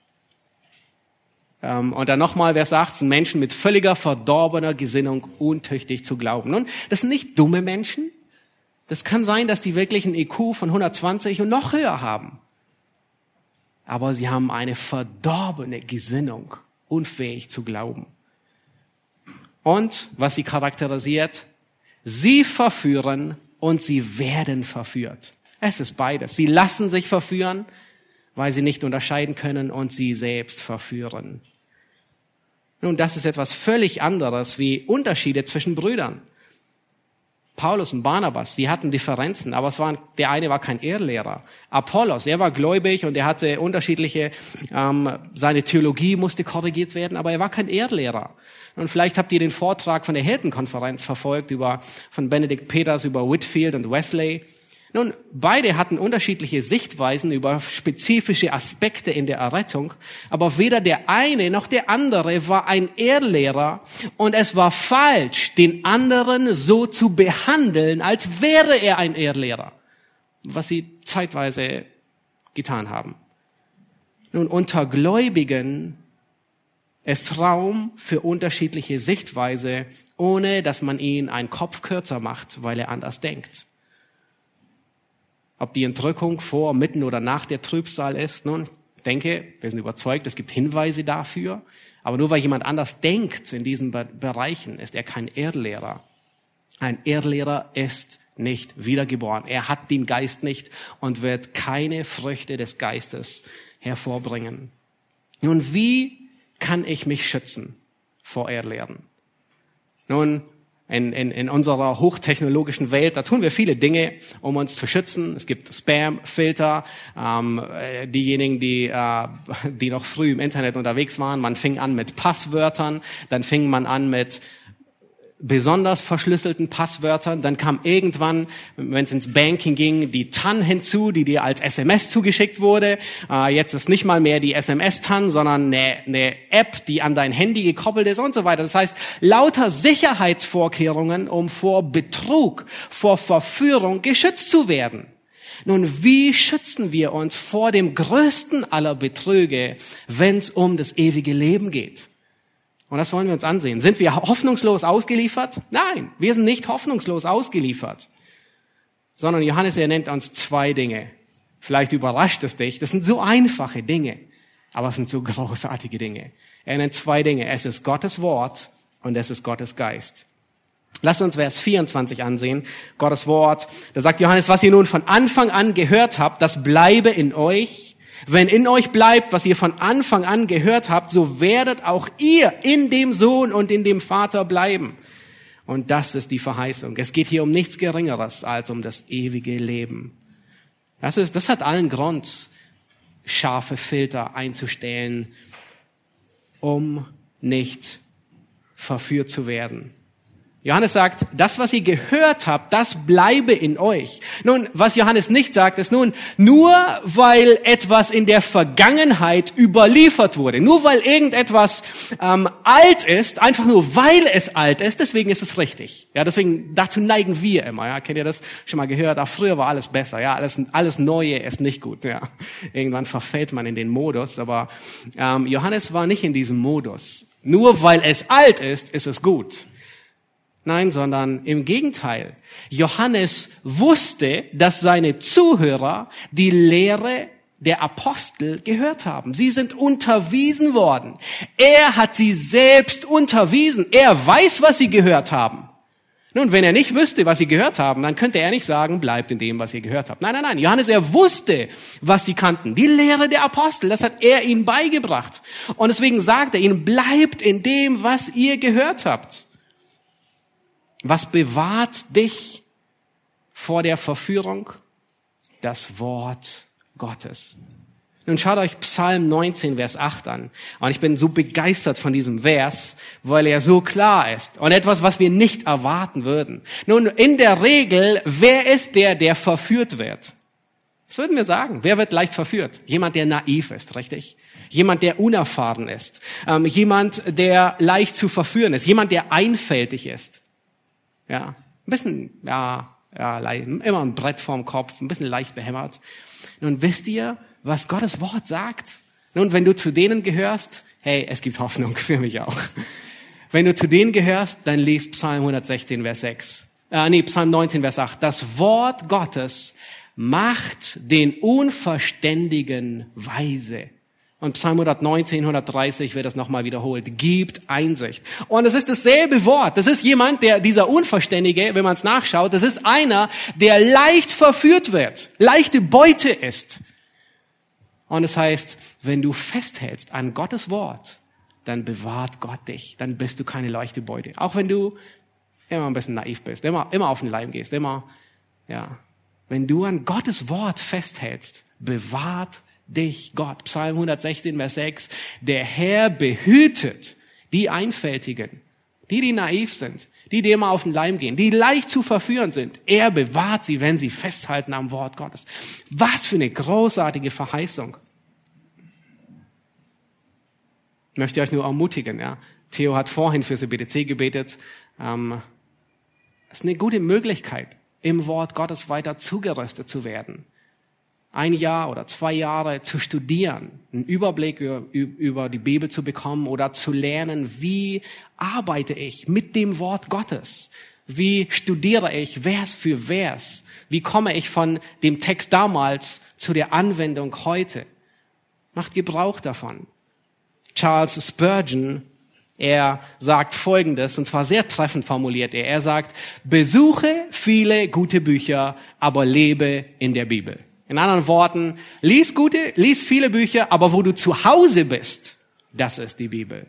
Und dann nochmal Vers 18, Menschen mit völliger verdorbener Gesinnung, untüchtig zu glauben. Nun, das sind nicht dumme Menschen. Das kann sein, dass die wirklich einen IQ von 120 und noch höher haben. Aber sie haben eine verdorbene Gesinnung, unfähig zu glauben. Und was sie charakterisiert, sie verführen und sie werden verführt. Es ist beides. Sie lassen sich verführen, weil sie nicht unterscheiden können, und sie selbst verführen. Nun, das ist etwas völlig anderes wie Unterschiede zwischen Brüdern. Paulus und Barnabas, sie hatten Differenzen, aber der eine war kein Irrlehrer. Apollos, er war gläubig und er hatte unterschiedliche, seine Theologie musste korrigiert werden, aber er war kein Irrlehrer. Und vielleicht habt ihr den Vortrag von der Hirtenkonferenz verfolgt von Benedict Peters über Whitefield und Wesley. Nun, beide hatten unterschiedliche Sichtweisen über spezifische Aspekte in der Errettung, aber weder der eine noch der andere war ein Irrlehrer, und es war falsch, den anderen so zu behandeln, als wäre er ein Irrlehrer, was sie zeitweise getan haben. Nun, unter Gläubigen ist Raum für unterschiedliche Sichtweise, ohne dass man ihn einen Kopf kürzer macht, weil er anders denkt. Ob die Entrückung vor, mitten oder nach der Trübsal ist, nun, ich denke, wir sind überzeugt, es gibt Hinweise dafür. Aber nur weil jemand anders denkt in diesen Bereichen, ist er kein Irrlehrer. Ein Irrlehrer ist nicht wiedergeboren. Er hat den Geist nicht und wird keine Früchte des Geistes hervorbringen. Nun, wie kann ich mich schützen vor Irrlehren? Nun, in unserer hochtechnologischen Welt, da tun wir viele Dinge, um uns zu schützen. Es gibt Spam-Filter, diejenigen, die noch früh im Internet unterwegs waren. Man fing an mit Passwörtern, dann fing man an mit besonders verschlüsselten Passwörtern. Dann kam irgendwann, wenn es ins Banking ging, die TAN hinzu, die dir als SMS zugeschickt wurde. Jetzt ist nicht mal mehr die SMS-TAN, sondern eine App, die an dein Handy gekoppelt ist und so weiter. Das heißt, lauter Sicherheitsvorkehrungen, um vor Betrug, vor Verführung geschützt zu werden. Nun, wie schützen wir uns vor dem größten aller Betrüge, wenn es um das ewige Leben geht? Und das wollen wir uns ansehen. Sind wir hoffnungslos ausgeliefert? Nein, wir sind nicht hoffnungslos ausgeliefert. Sondern Johannes, er nennt uns 2 Dinge. Vielleicht überrascht es dich. Das sind so einfache Dinge, aber es sind so großartige Dinge. Er nennt 2 Dinge. Es ist Gottes Wort und es ist Gottes Geist. Lasst uns Vers 24 ansehen. Gottes Wort. Da sagt Johannes, was ihr nun von Anfang an gehört habt, das bleibe in euch. Wenn in euch bleibt, was ihr von Anfang an gehört habt, so werdet auch ihr in dem Sohn und in dem Vater bleiben. Und das ist die Verheißung. Es geht hier um nichts Geringeres als um das ewige Leben. Das hat allen Grund, scharfe Filter einzustellen, um nicht verführt zu werden. Johannes sagt, das, was ihr gehört habt, das bleibe in euch. Nun, was Johannes nicht sagt, ist nur weil etwas in der Vergangenheit überliefert wurde, nur weil irgendetwas alt ist, einfach nur weil es alt ist, deswegen ist es richtig. Ja, deswegen, dazu neigen wir immer. Ja, kennt ihr das schon mal gehört? Ach, früher war alles besser. Ja, alles Neue ist nicht gut. Ja, irgendwann verfällt man in den Modus. Aber Johannes war nicht in diesem Modus. Nur weil es alt ist es gut. Nein, sondern im Gegenteil. Johannes wusste, dass seine Zuhörer die Lehre der Apostel gehört haben. Sie sind unterwiesen worden. Er hat sie selbst unterwiesen. Er weiß, was sie gehört haben. Nun, wenn er nicht wüsste, was sie gehört haben, dann könnte er nicht sagen, bleibt in dem, was ihr gehört habt. Nein, nein, nein. Johannes, er wusste, was sie kannten. Die Lehre der Apostel, das hat er ihnen beigebracht. Und deswegen sagt er ihnen, bleibt in dem, was ihr gehört habt. Was bewahrt dich vor der Verführung? Das Wort Gottes. Nun schaut euch Psalm 19, Vers 8 an. Und ich bin so begeistert von diesem Vers, weil er so klar ist. Und etwas, was wir nicht erwarten würden. Nun, in der Regel, wer ist der verführt wird? Was würden wir sagen? Wer wird leicht verführt? Jemand, der naiv ist, richtig? Jemand, der unerfahren ist. Jemand, der leicht zu verführen ist. Jemand, der einfältig ist. Ja, ein bisschen, immer ein Brett vorm Kopf, ein bisschen leicht behämmert. Nun, wisst ihr, was Gottes Wort sagt? Nun, wenn du zu denen gehörst, hey, es gibt Hoffnung für mich auch. Wenn du zu denen gehörst, dann liest Psalm 116, Vers 6. Psalm 19, Vers 8. Das Wort Gottes macht den Unverständigen weise. Und Psalm 119, 130 wird das nochmal wiederholt. Gibt Einsicht. Und es ist dasselbe Wort. Das ist jemand, dieser Unverständige, wenn man es nachschaut, das ist einer, der leicht verführt wird, leichte Beute ist. Und es heißt, wenn du festhältst an Gottes Wort, dann bewahrt Gott dich. Dann bist du keine leichte Beute. Auch wenn du immer ein bisschen naiv bist, immer auf den Leim gehst, Wenn du an Gottes Wort festhältst, bewahrt dich Gott. Psalm 116, Vers 6. Der Herr behütet die Einfältigen, die naiv sind, die immer auf den Leim gehen, die leicht zu verführen sind. Er bewahrt sie, wenn sie festhalten am Wort Gottes. Was für eine großartige Verheißung. Ich möchte euch nur ermutigen. Ja. Theo hat vorhin für BTC gebetet. Es ist eine gute Möglichkeit, im Wort Gottes weiter zugerüstet zu werden. 1 Jahr oder 2 Jahre zu studieren, einen Überblick über die Bibel zu bekommen oder zu lernen, wie arbeite ich mit dem Wort Gottes? Wie studiere ich Vers für Vers? Wie komme ich von dem Text damals zu der Anwendung heute? Macht Gebrauch davon. Charles Spurgeon, er sagt Folgendes, und zwar sehr treffend formuliert er. Er sagt, besuche viele gute Bücher, aber lebe in der Bibel. In anderen Worten, lies viele Bücher, aber wo du zu Hause bist, das ist die Bibel.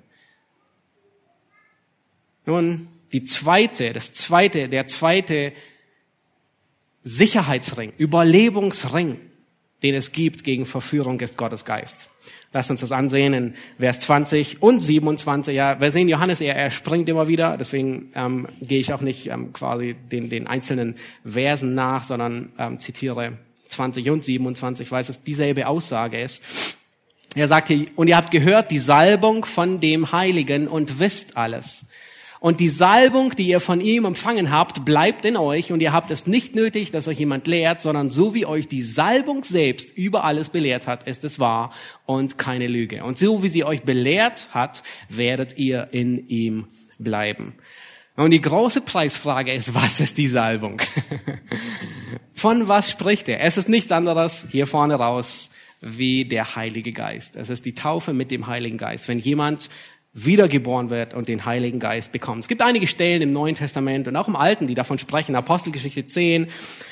Nun, der zweite Sicherheitsring, Überlebungsring, den es gibt gegen Verführung, ist Gottes Geist. Lasst uns das ansehen in Vers 20 und 27. Ja, wir sehen Johannes, er springt immer wieder, deswegen gehe ich auch nicht quasi den einzelnen Versen nach, sondern zitiere 20 und 27, weil es dieselbe Aussage ist. Er sagt hier, und ihr habt gehört die Salbung von dem Heiligen und wisst alles. Und die Salbung, die ihr von ihm empfangen habt, bleibt in euch und ihr habt es nicht nötig, dass euch jemand lehrt, sondern so wie euch die Salbung selbst über alles belehrt hat, ist es wahr und keine Lüge. Und so wie sie euch belehrt hat, werdet ihr in ihm bleiben. Und die große Preisfrage ist, was ist die Salbung? Von was spricht er? Es ist nichts anderes, hier vorne raus, wie der Heilige Geist. Es ist die Taufe mit dem Heiligen Geist. Wenn jemand wiedergeboren wird und den Heiligen Geist bekommt. Es gibt einige Stellen im Neuen Testament und auch im Alten, die davon sprechen. Apostelgeschichte 10,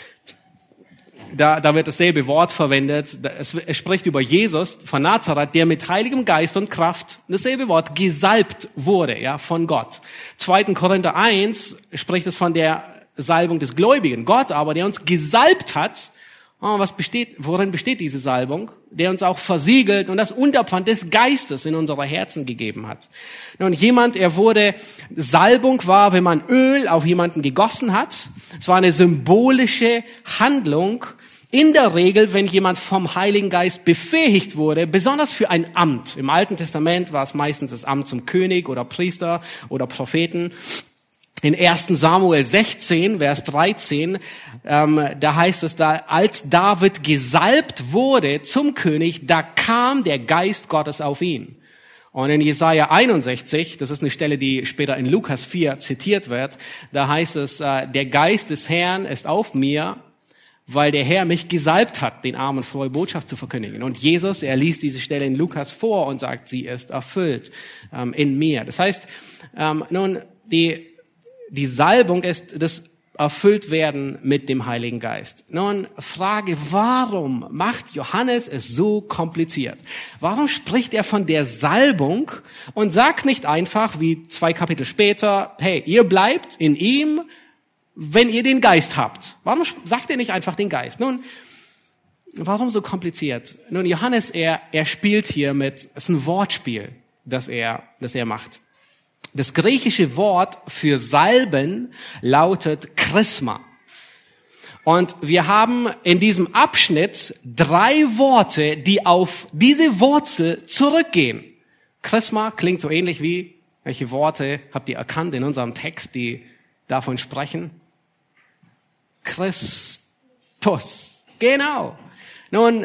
da wird dasselbe Wort verwendet. Es spricht über Jesus von Nazareth, der mit Heiligem Geist und Kraft, dasselbe Wort, gesalbt wurde, ja, von Gott. 2. Korinther 1 spricht es von der Salbung des Gläubigen. Gott aber, der uns gesalbt hat, worin besteht diese Salbung? Der uns auch versiegelt und das Unterpfand des Geistes in unsere Herzen gegeben hat. Nun, Salbung war, wenn man Öl auf jemanden gegossen hat. Es war eine symbolische Handlung. In der Regel, wenn jemand vom Heiligen Geist befähigt wurde, besonders für ein Amt. Im Alten Testament war es meistens das Amt zum König oder Priester oder Propheten. In 1. Samuel 16, Vers 13, da heißt es da, als David gesalbt wurde zum König, da kam der Geist Gottes auf ihn. Und in Jesaja 61, das ist eine Stelle, die später in Lukas 4 zitiert wird, da heißt es, der Geist des Herrn ist auf mir, weil der Herr mich gesalbt hat, den Armen frohe Botschaft zu verkündigen. Und Jesus, er liest diese Stelle in Lukas vor und sagt, sie ist erfüllt in mir. Das heißt, die Salbung ist das Erfülltwerden mit dem Heiligen Geist. Nun, Frage, warum macht Johannes es so kompliziert? Warum spricht er von der Salbung und sagt nicht einfach, wie 2 Kapitel später, hey, ihr bleibt in ihm, wenn ihr den Geist habt? Warum sagt er nicht einfach den Geist? Nun, warum so kompliziert? Nun, Johannes, er spielt hier mit, es ist ein Wortspiel, das er macht. Das griechische Wort für salben lautet Chrisma. Und wir haben in diesem Abschnitt 3 Worte, die auf diese Wurzel zurückgehen. Chrisma klingt so ähnlich wie, welche Worte habt ihr erkannt in unserem Text, die davon sprechen? Christus. Genau. Nun,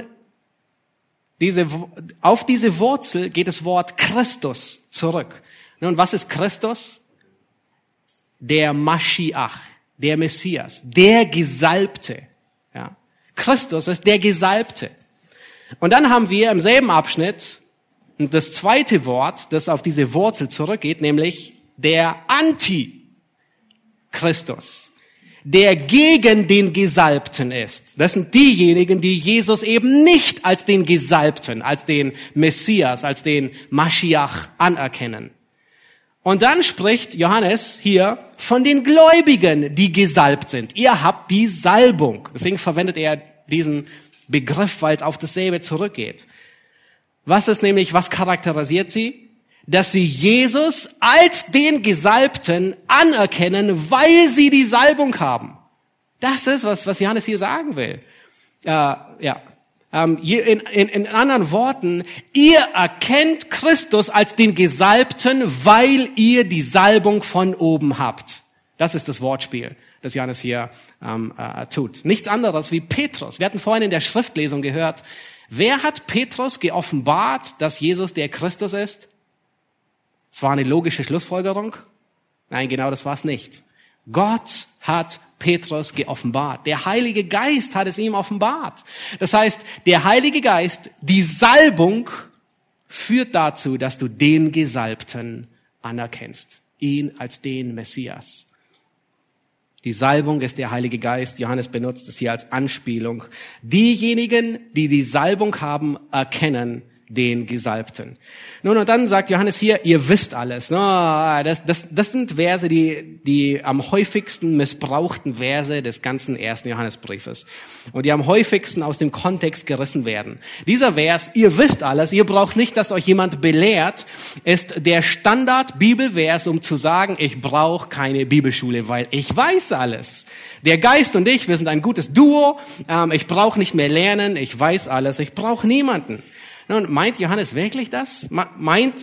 auf diese Wurzel geht das Wort Christus zurück. Nun, was ist Christus? Der Maschiach, der Messias, der Gesalbte. Ja. Christus ist der Gesalbte. Und dann haben wir im selben Abschnitt das zweite Wort, das auf diese Wurzel zurückgeht, nämlich der Antichristus, der gegen den Gesalbten ist. Das sind diejenigen, die Jesus eben nicht als den Gesalbten, als den Messias, als den Maschiach anerkennen. Und dann spricht Johannes hier von den Gläubigen, die gesalbt sind. Ihr habt die Salbung. Deswegen verwendet er diesen Begriff, weil es auf dasselbe zurückgeht. Was charakterisiert sie? Dass sie Jesus als den Gesalbten anerkennen, weil sie die Salbung haben. Das ist, was Johannes hier sagen will. In anderen Worten, ihr erkennt Christus als den Gesalbten, weil ihr die Salbung von oben habt. Das ist das Wortspiel, das Johannes hier tut. Nichts anderes wie Petrus. Wir hatten vorhin in der Schriftlesung gehört, wer hat Petrus geoffenbart, dass Jesus der Christus ist? Es war eine logische Schlussfolgerung? Nein, genau das war es nicht. Gott hat Petrus geoffenbart. Der Heilige Geist hat es ihm offenbart. Das heißt, der Heilige Geist, die Salbung, führt dazu, dass du den Gesalbten anerkennst. Ihn als den Messias. Die Salbung ist der Heilige Geist. Johannes benutzt es hier als Anspielung. Diejenigen, die die Salbung haben, erkennen den Gesalbten. Nun, und dann sagt Johannes hier, ihr wisst alles. Das sind Verse, die am häufigsten missbrauchten Verse des ganzen 1. Johannesbriefes. Und die am häufigsten aus dem Kontext gerissen werden. Dieser Vers, ihr wisst alles, ihr braucht nicht, dass euch jemand belehrt, ist der Standard-Bibelvers, um zu sagen, ich brauche keine Bibelschule, weil ich weiß alles. Der Geist und ich, wir sind ein gutes Duo. Ich brauche nicht mehr lernen, ich weiß alles, ich brauche niemanden. Nun, meint Johannes wirklich das? Meint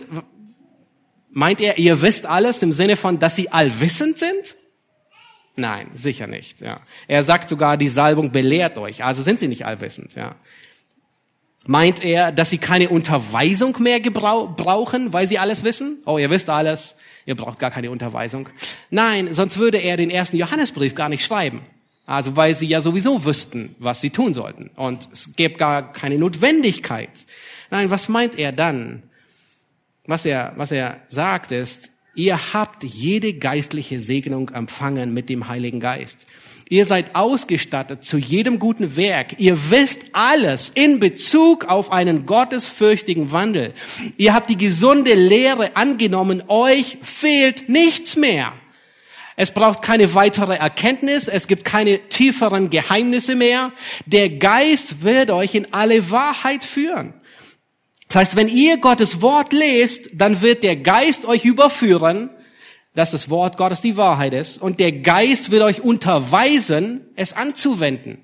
er, ihr wisst alles im Sinne von, dass sie allwissend sind? Nein, sicher nicht. Ja. Er sagt sogar, die Salbung belehrt euch. Also sind sie nicht allwissend. Ja. Meint er, dass sie keine Unterweisung mehr brauchen, weil sie alles wissen? Oh, ihr wisst alles, ihr braucht gar keine Unterweisung. Nein, sonst würde er den 1. Johannesbrief gar nicht schreiben. Also weil sie ja sowieso wüssten, was sie tun sollten. Und es gäbe gar keine Notwendigkeit. Nein, was meint er dann? Was er sagt ist, ihr habt jede geistliche Segnung empfangen mit dem Heiligen Geist. Ihr seid ausgestattet zu jedem guten Werk. Ihr wisst alles in Bezug auf einen gottesfürchtigen Wandel. Ihr habt die gesunde Lehre angenommen. Euch fehlt nichts mehr. Es braucht keine weitere Erkenntnis. Es gibt keine tieferen Geheimnisse mehr. Der Geist wird euch in alle Wahrheit führen. Das heißt, wenn ihr Gottes Wort lest, dann wird der Geist euch überführen, dass das Wort Gottes die Wahrheit ist. Und der Geist wird euch unterweisen, es anzuwenden.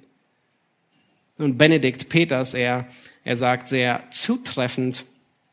Und Benedikt Peters, er sagt sehr zutreffend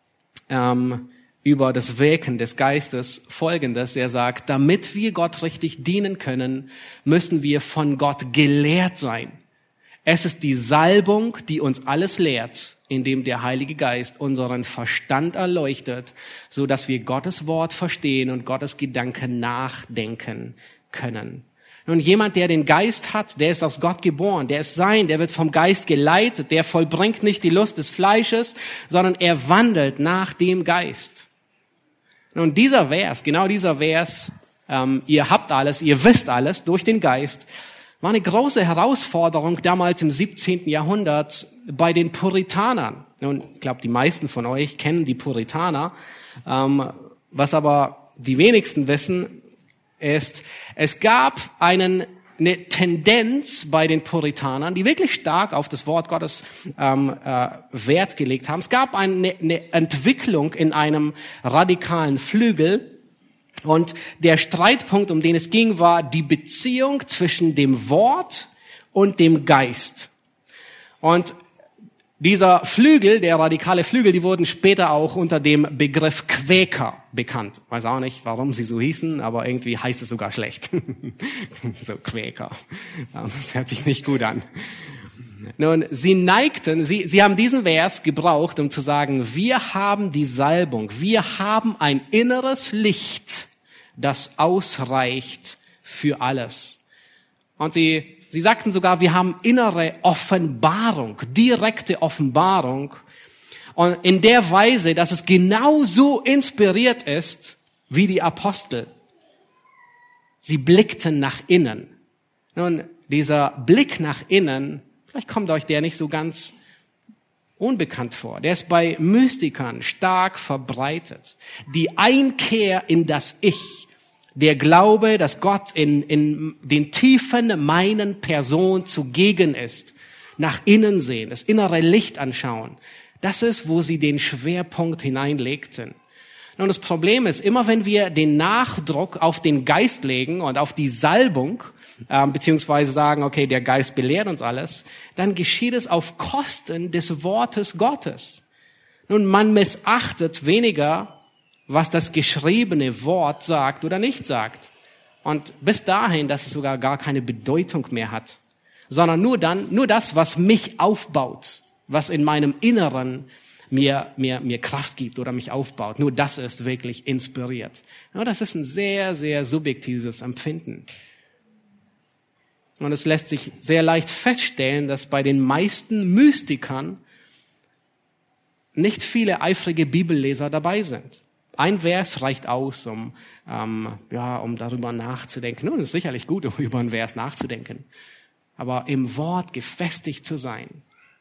über das Wirken des Geistes Folgendes. Er sagt, damit wir Gott richtig dienen können, müssen wir von Gott gelehrt sein. Es ist die Salbung, die uns alles lehrt, indem der Heilige Geist unseren Verstand erleuchtet, so dass wir Gottes Wort verstehen und Gottes Gedanken nachdenken können. Nun, jemand, der den Geist hat, der ist aus Gott geboren, der wird vom Geist geleitet, der vollbringt nicht die Lust des Fleisches, sondern er wandelt nach dem Geist. Nun, dieser Vers ihr habt alles, ihr wisst alles durch den Geist, war eine große Herausforderung damals im 17. Jahrhundert bei den Puritanern. Nun, ich glaube, die meisten von euch kennen die Puritaner. Was aber die wenigsten wissen, ist, es gab eine Tendenz bei den Puritanern, die wirklich stark auf das Wort Gottes Wert gelegt haben. Es gab eine Entwicklung in einem radikalen Flügel. Und der Streitpunkt, um den es ging, war die Beziehung zwischen dem Wort und dem Geist. Und dieser Flügel, der radikale Flügel, die wurden später auch unter dem Begriff Quäker bekannt. Weiß auch nicht, warum sie so hießen, aber irgendwie heißt es sogar schlecht. So Quäker. Das hört sich nicht gut an. Nun, sie haben diesen Vers gebraucht, um zu sagen, wir haben die Salbung, wir haben ein inneres Licht, das ausreicht für alles. Und sie sagten sogar, wir haben innere Offenbarung, direkte Offenbarung. Und in der Weise, dass es genauso inspiriert ist wie die Apostel. Sie blickten nach innen. Nun, dieser Blick nach innen, vielleicht kommt euch der nicht so ganz unbekannt vor. Der ist bei Mystikern stark verbreitet. Die Einkehr in das Ich. Der Glaube, dass Gott in den Tiefen meinen Person zugegen ist. Nach innen sehen, das innere Licht anschauen. Das ist, wo sie den Schwerpunkt hineinlegten. Nun, das Problem ist, immer wenn wir den Nachdruck auf den Geist legen und auf die Salbung, beziehungsweise sagen, okay, der Geist belehrt uns alles, dann geschieht es auf Kosten des Wortes Gottes. Nun, man missachtet weniger, was das geschriebene Wort sagt oder nicht sagt. Und bis dahin, dass es sogar gar keine Bedeutung mehr hat. Sondern nur das, was mich aufbaut, was in meinem Inneren mir Kraft gibt oder mich aufbaut. Nur das ist wirklich inspiriert. Ja, das ist ein sehr, sehr subjektives Empfinden. Und es lässt sich sehr leicht feststellen, dass bei den meisten Mystikern nicht viele eifrige Bibelleser dabei sind. Ein Vers reicht aus, um darüber nachzudenken. Nun, es ist sicherlich gut, um über einen Vers nachzudenken. Aber im Wort gefestigt zu sein.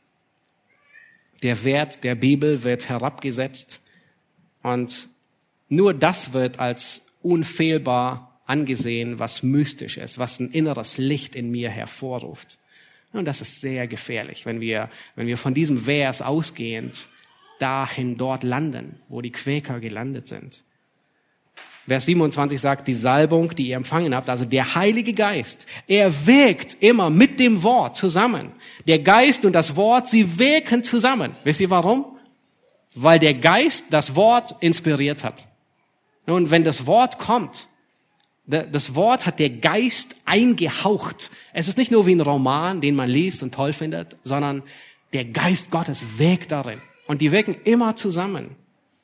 Der Wert der Bibel wird herabgesetzt. Und nur das wird als unfehlbar angesehen, was mystisch ist, was ein inneres Licht in mir hervorruft. Und das ist sehr gefährlich, wenn wir von diesem Vers ausgehend dort landen, wo die Quäker gelandet sind. Vers 27 sagt, die Salbung, die ihr empfangen habt, also der Heilige Geist, er wirkt immer mit dem Wort zusammen. Der Geist und das Wort, sie wirken zusammen. Wisst ihr warum? Weil der Geist das Wort inspiriert hat. Nun, wenn das Wort kommt, das Wort hat der Geist eingehaucht. Es ist nicht nur wie ein Roman, den man liest und toll findet, sondern der Geist Gottes wirkt darin. Und die wirken immer zusammen.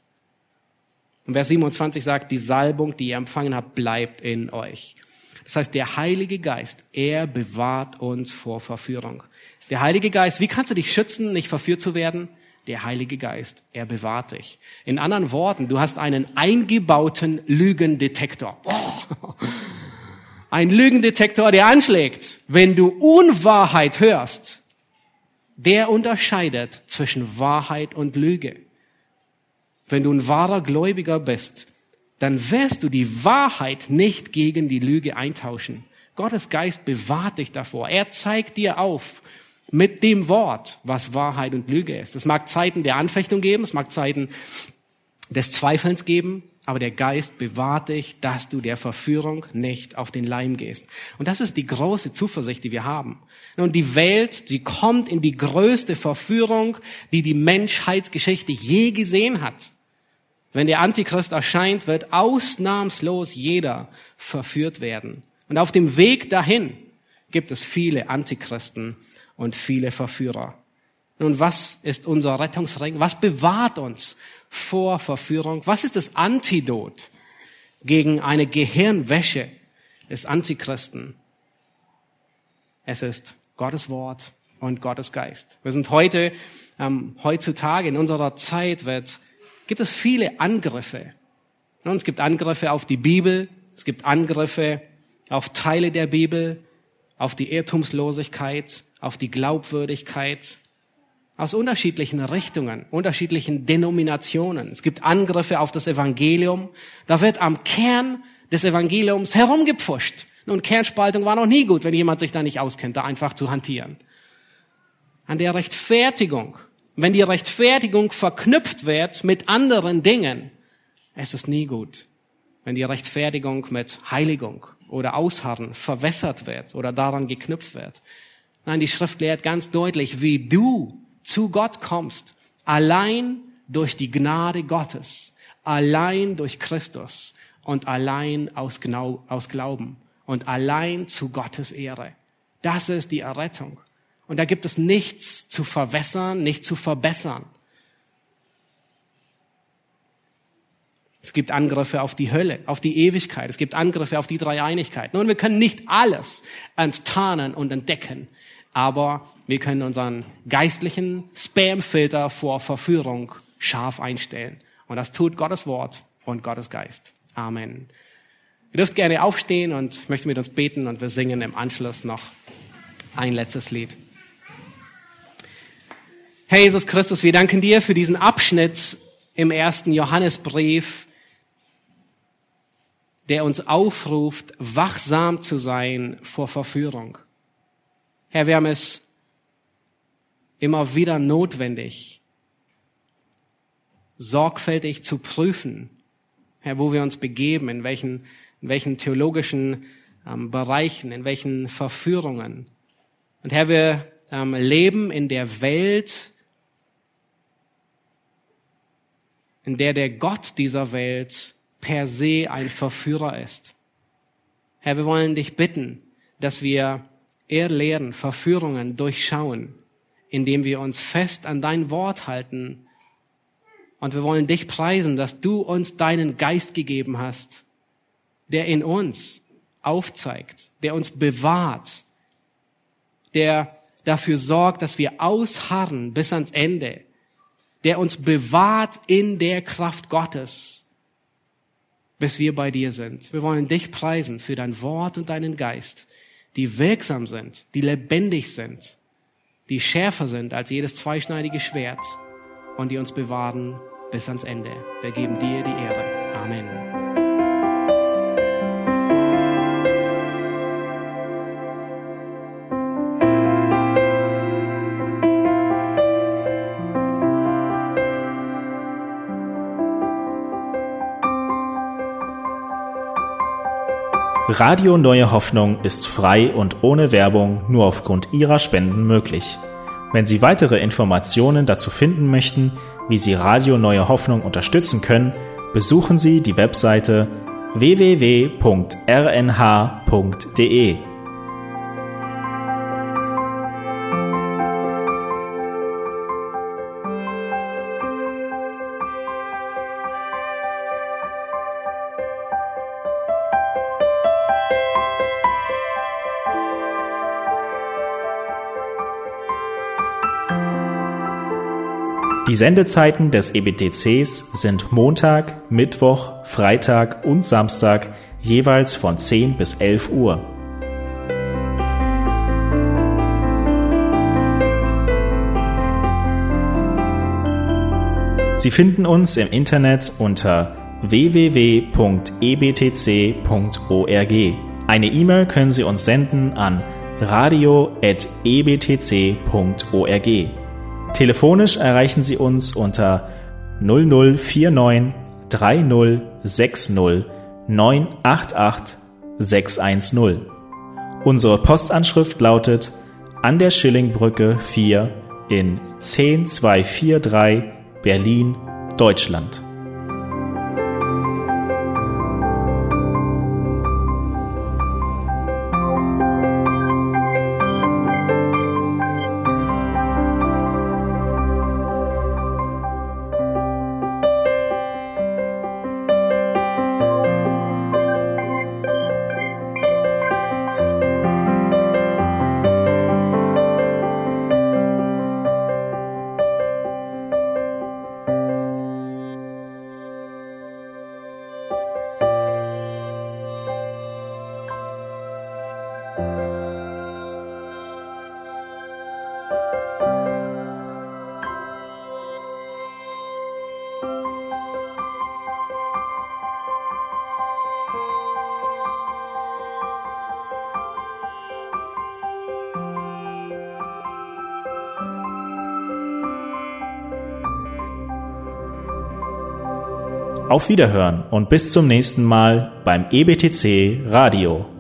Und Vers 27 sagt, die Salbung, die ihr empfangen habt, bleibt in euch. Das heißt, der Heilige Geist, er bewahrt uns vor Verführung. Der Heilige Geist, wie kannst du dich schützen, nicht verführt zu werden? Der Heilige Geist, er bewahrt dich. In anderen Worten, du hast einen eingebauten Lügendetektor. Oh. Ein Lügendetektor, der anschlägt. Wenn du Unwahrheit hörst, der unterscheidet zwischen Wahrheit und Lüge. Wenn du ein wahrer Gläubiger bist, dann wirst du die Wahrheit nicht gegen die Lüge eintauschen. Gottes Geist bewahrt dich davor. Er zeigt dir auf mit dem Wort, was Wahrheit und Lüge ist. Es mag Zeiten der Anfechtung geben, es mag Zeiten des Zweifelns geben, aber der Geist bewahrt dich, dass du der Verführung nicht auf den Leim gehst. Und das ist die große Zuversicht, die wir haben. Und die Welt, sie kommt in die größte Verführung, die die Menschheitsgeschichte je gesehen hat. Wenn der Antichrist erscheint, wird ausnahmslos jeder verführt werden. Und auf dem Weg dahin gibt es viele Antichristen und viele Verführer. Nun, was ist unser Rettungsring? Was bewahrt uns vor Verführung? Was ist das Antidot gegen eine Gehirnwäsche des Antichristen? Es ist Gottes Wort und Gottes Geist. Wir sind heutzutage in unserer Zeit gibt es viele Angriffe. Und es gibt Angriffe auf die Bibel, Es gibt Angriffe auf Teile der Bibel, auf die Irrtumslosigkeit, auf die Glaubwürdigkeit, aus unterschiedlichen Richtungen, unterschiedlichen Denominationen. Es gibt Angriffe auf das Evangelium. Da wird am Kern des Evangeliums herumgepfuscht. Nun, Kernspaltung war noch nie gut, wenn jemand sich da nicht auskennt, da einfach zu hantieren. An der Rechtfertigung. Wenn die Rechtfertigung verknüpft wird mit anderen Dingen, es ist nie gut. Wenn die Rechtfertigung mit Heiligung oder Ausharren verwässert wird oder daran geknüpft wird. Nein, die Schrift lehrt ganz deutlich, wie du zu Gott kommst. Allein durch die Gnade Gottes. Allein durch Christus. Und allein aus Glauben. Und allein zu Gottes Ehre. Das ist die Errettung. Und da gibt es nichts zu verwässern, nichts zu verbessern. Es gibt Angriffe auf die Hölle, auf die Ewigkeit. Es gibt Angriffe auf die Dreieinigkeit. Nun, wir können nicht alles enttarnen und entdecken. Aber wir können unseren geistlichen Spamfilter vor Verführung scharf einstellen. Und das tut Gottes Wort und Gottes Geist. Amen. Ihr dürft gerne aufstehen und ich möchte mit uns beten und wir singen im Anschluss noch ein letztes Lied. Herr Jesus Christus, wir danken dir für diesen Abschnitt im 1. Johannesbrief, der uns aufruft, wachsam zu sein vor Verführung. Herr, wir haben es immer wieder notwendig, sorgfältig zu prüfen, Herr, wo wir uns begeben, in welchen theologischen Bereichen, in welchen Verführungen. Und Herr, wir leben in der Welt, in der der Gott dieser Welt per se ein Verführer ist. Herr, wir wollen dich bitten, dass wir erlernen, Verführungen durchschauen, indem wir uns fest an dein Wort halten. Und wir wollen dich preisen, dass du uns deinen Geist gegeben hast, der in uns aufzeigt, der uns bewahrt, der dafür sorgt, dass wir ausharren bis ans Ende, der uns bewahrt in der Kraft Gottes, bis wir bei dir sind. Wir wollen dich preisen für dein Wort und deinen Geist, die wirksam sind, die lebendig sind, die schärfer sind als jedes zweischneidige Schwert und die uns bewahren bis ans Ende. Wir geben dir die Ehre. Amen. Radio Neue Hoffnung ist frei und ohne Werbung nur aufgrund Ihrer Spenden möglich. Wenn Sie weitere Informationen dazu finden möchten, wie Sie Radio Neue Hoffnung unterstützen können, besuchen Sie die Webseite www.rnh.de. Die Sendezeiten des EBTCs sind Montag, Mittwoch, Freitag und Samstag jeweils von 10 bis 11 Uhr. Sie finden uns im Internet unter www.ebtc.org. Eine E-Mail können Sie uns senden an radio@ebtc.org. Telefonisch erreichen Sie uns unter 0049 3060 988 610. Unsere Postanschrift lautet an der Schillingbrücke 4 in 10243 Berlin, Deutschland. Auf Wiederhören und bis zum nächsten Mal beim EBTC Radio.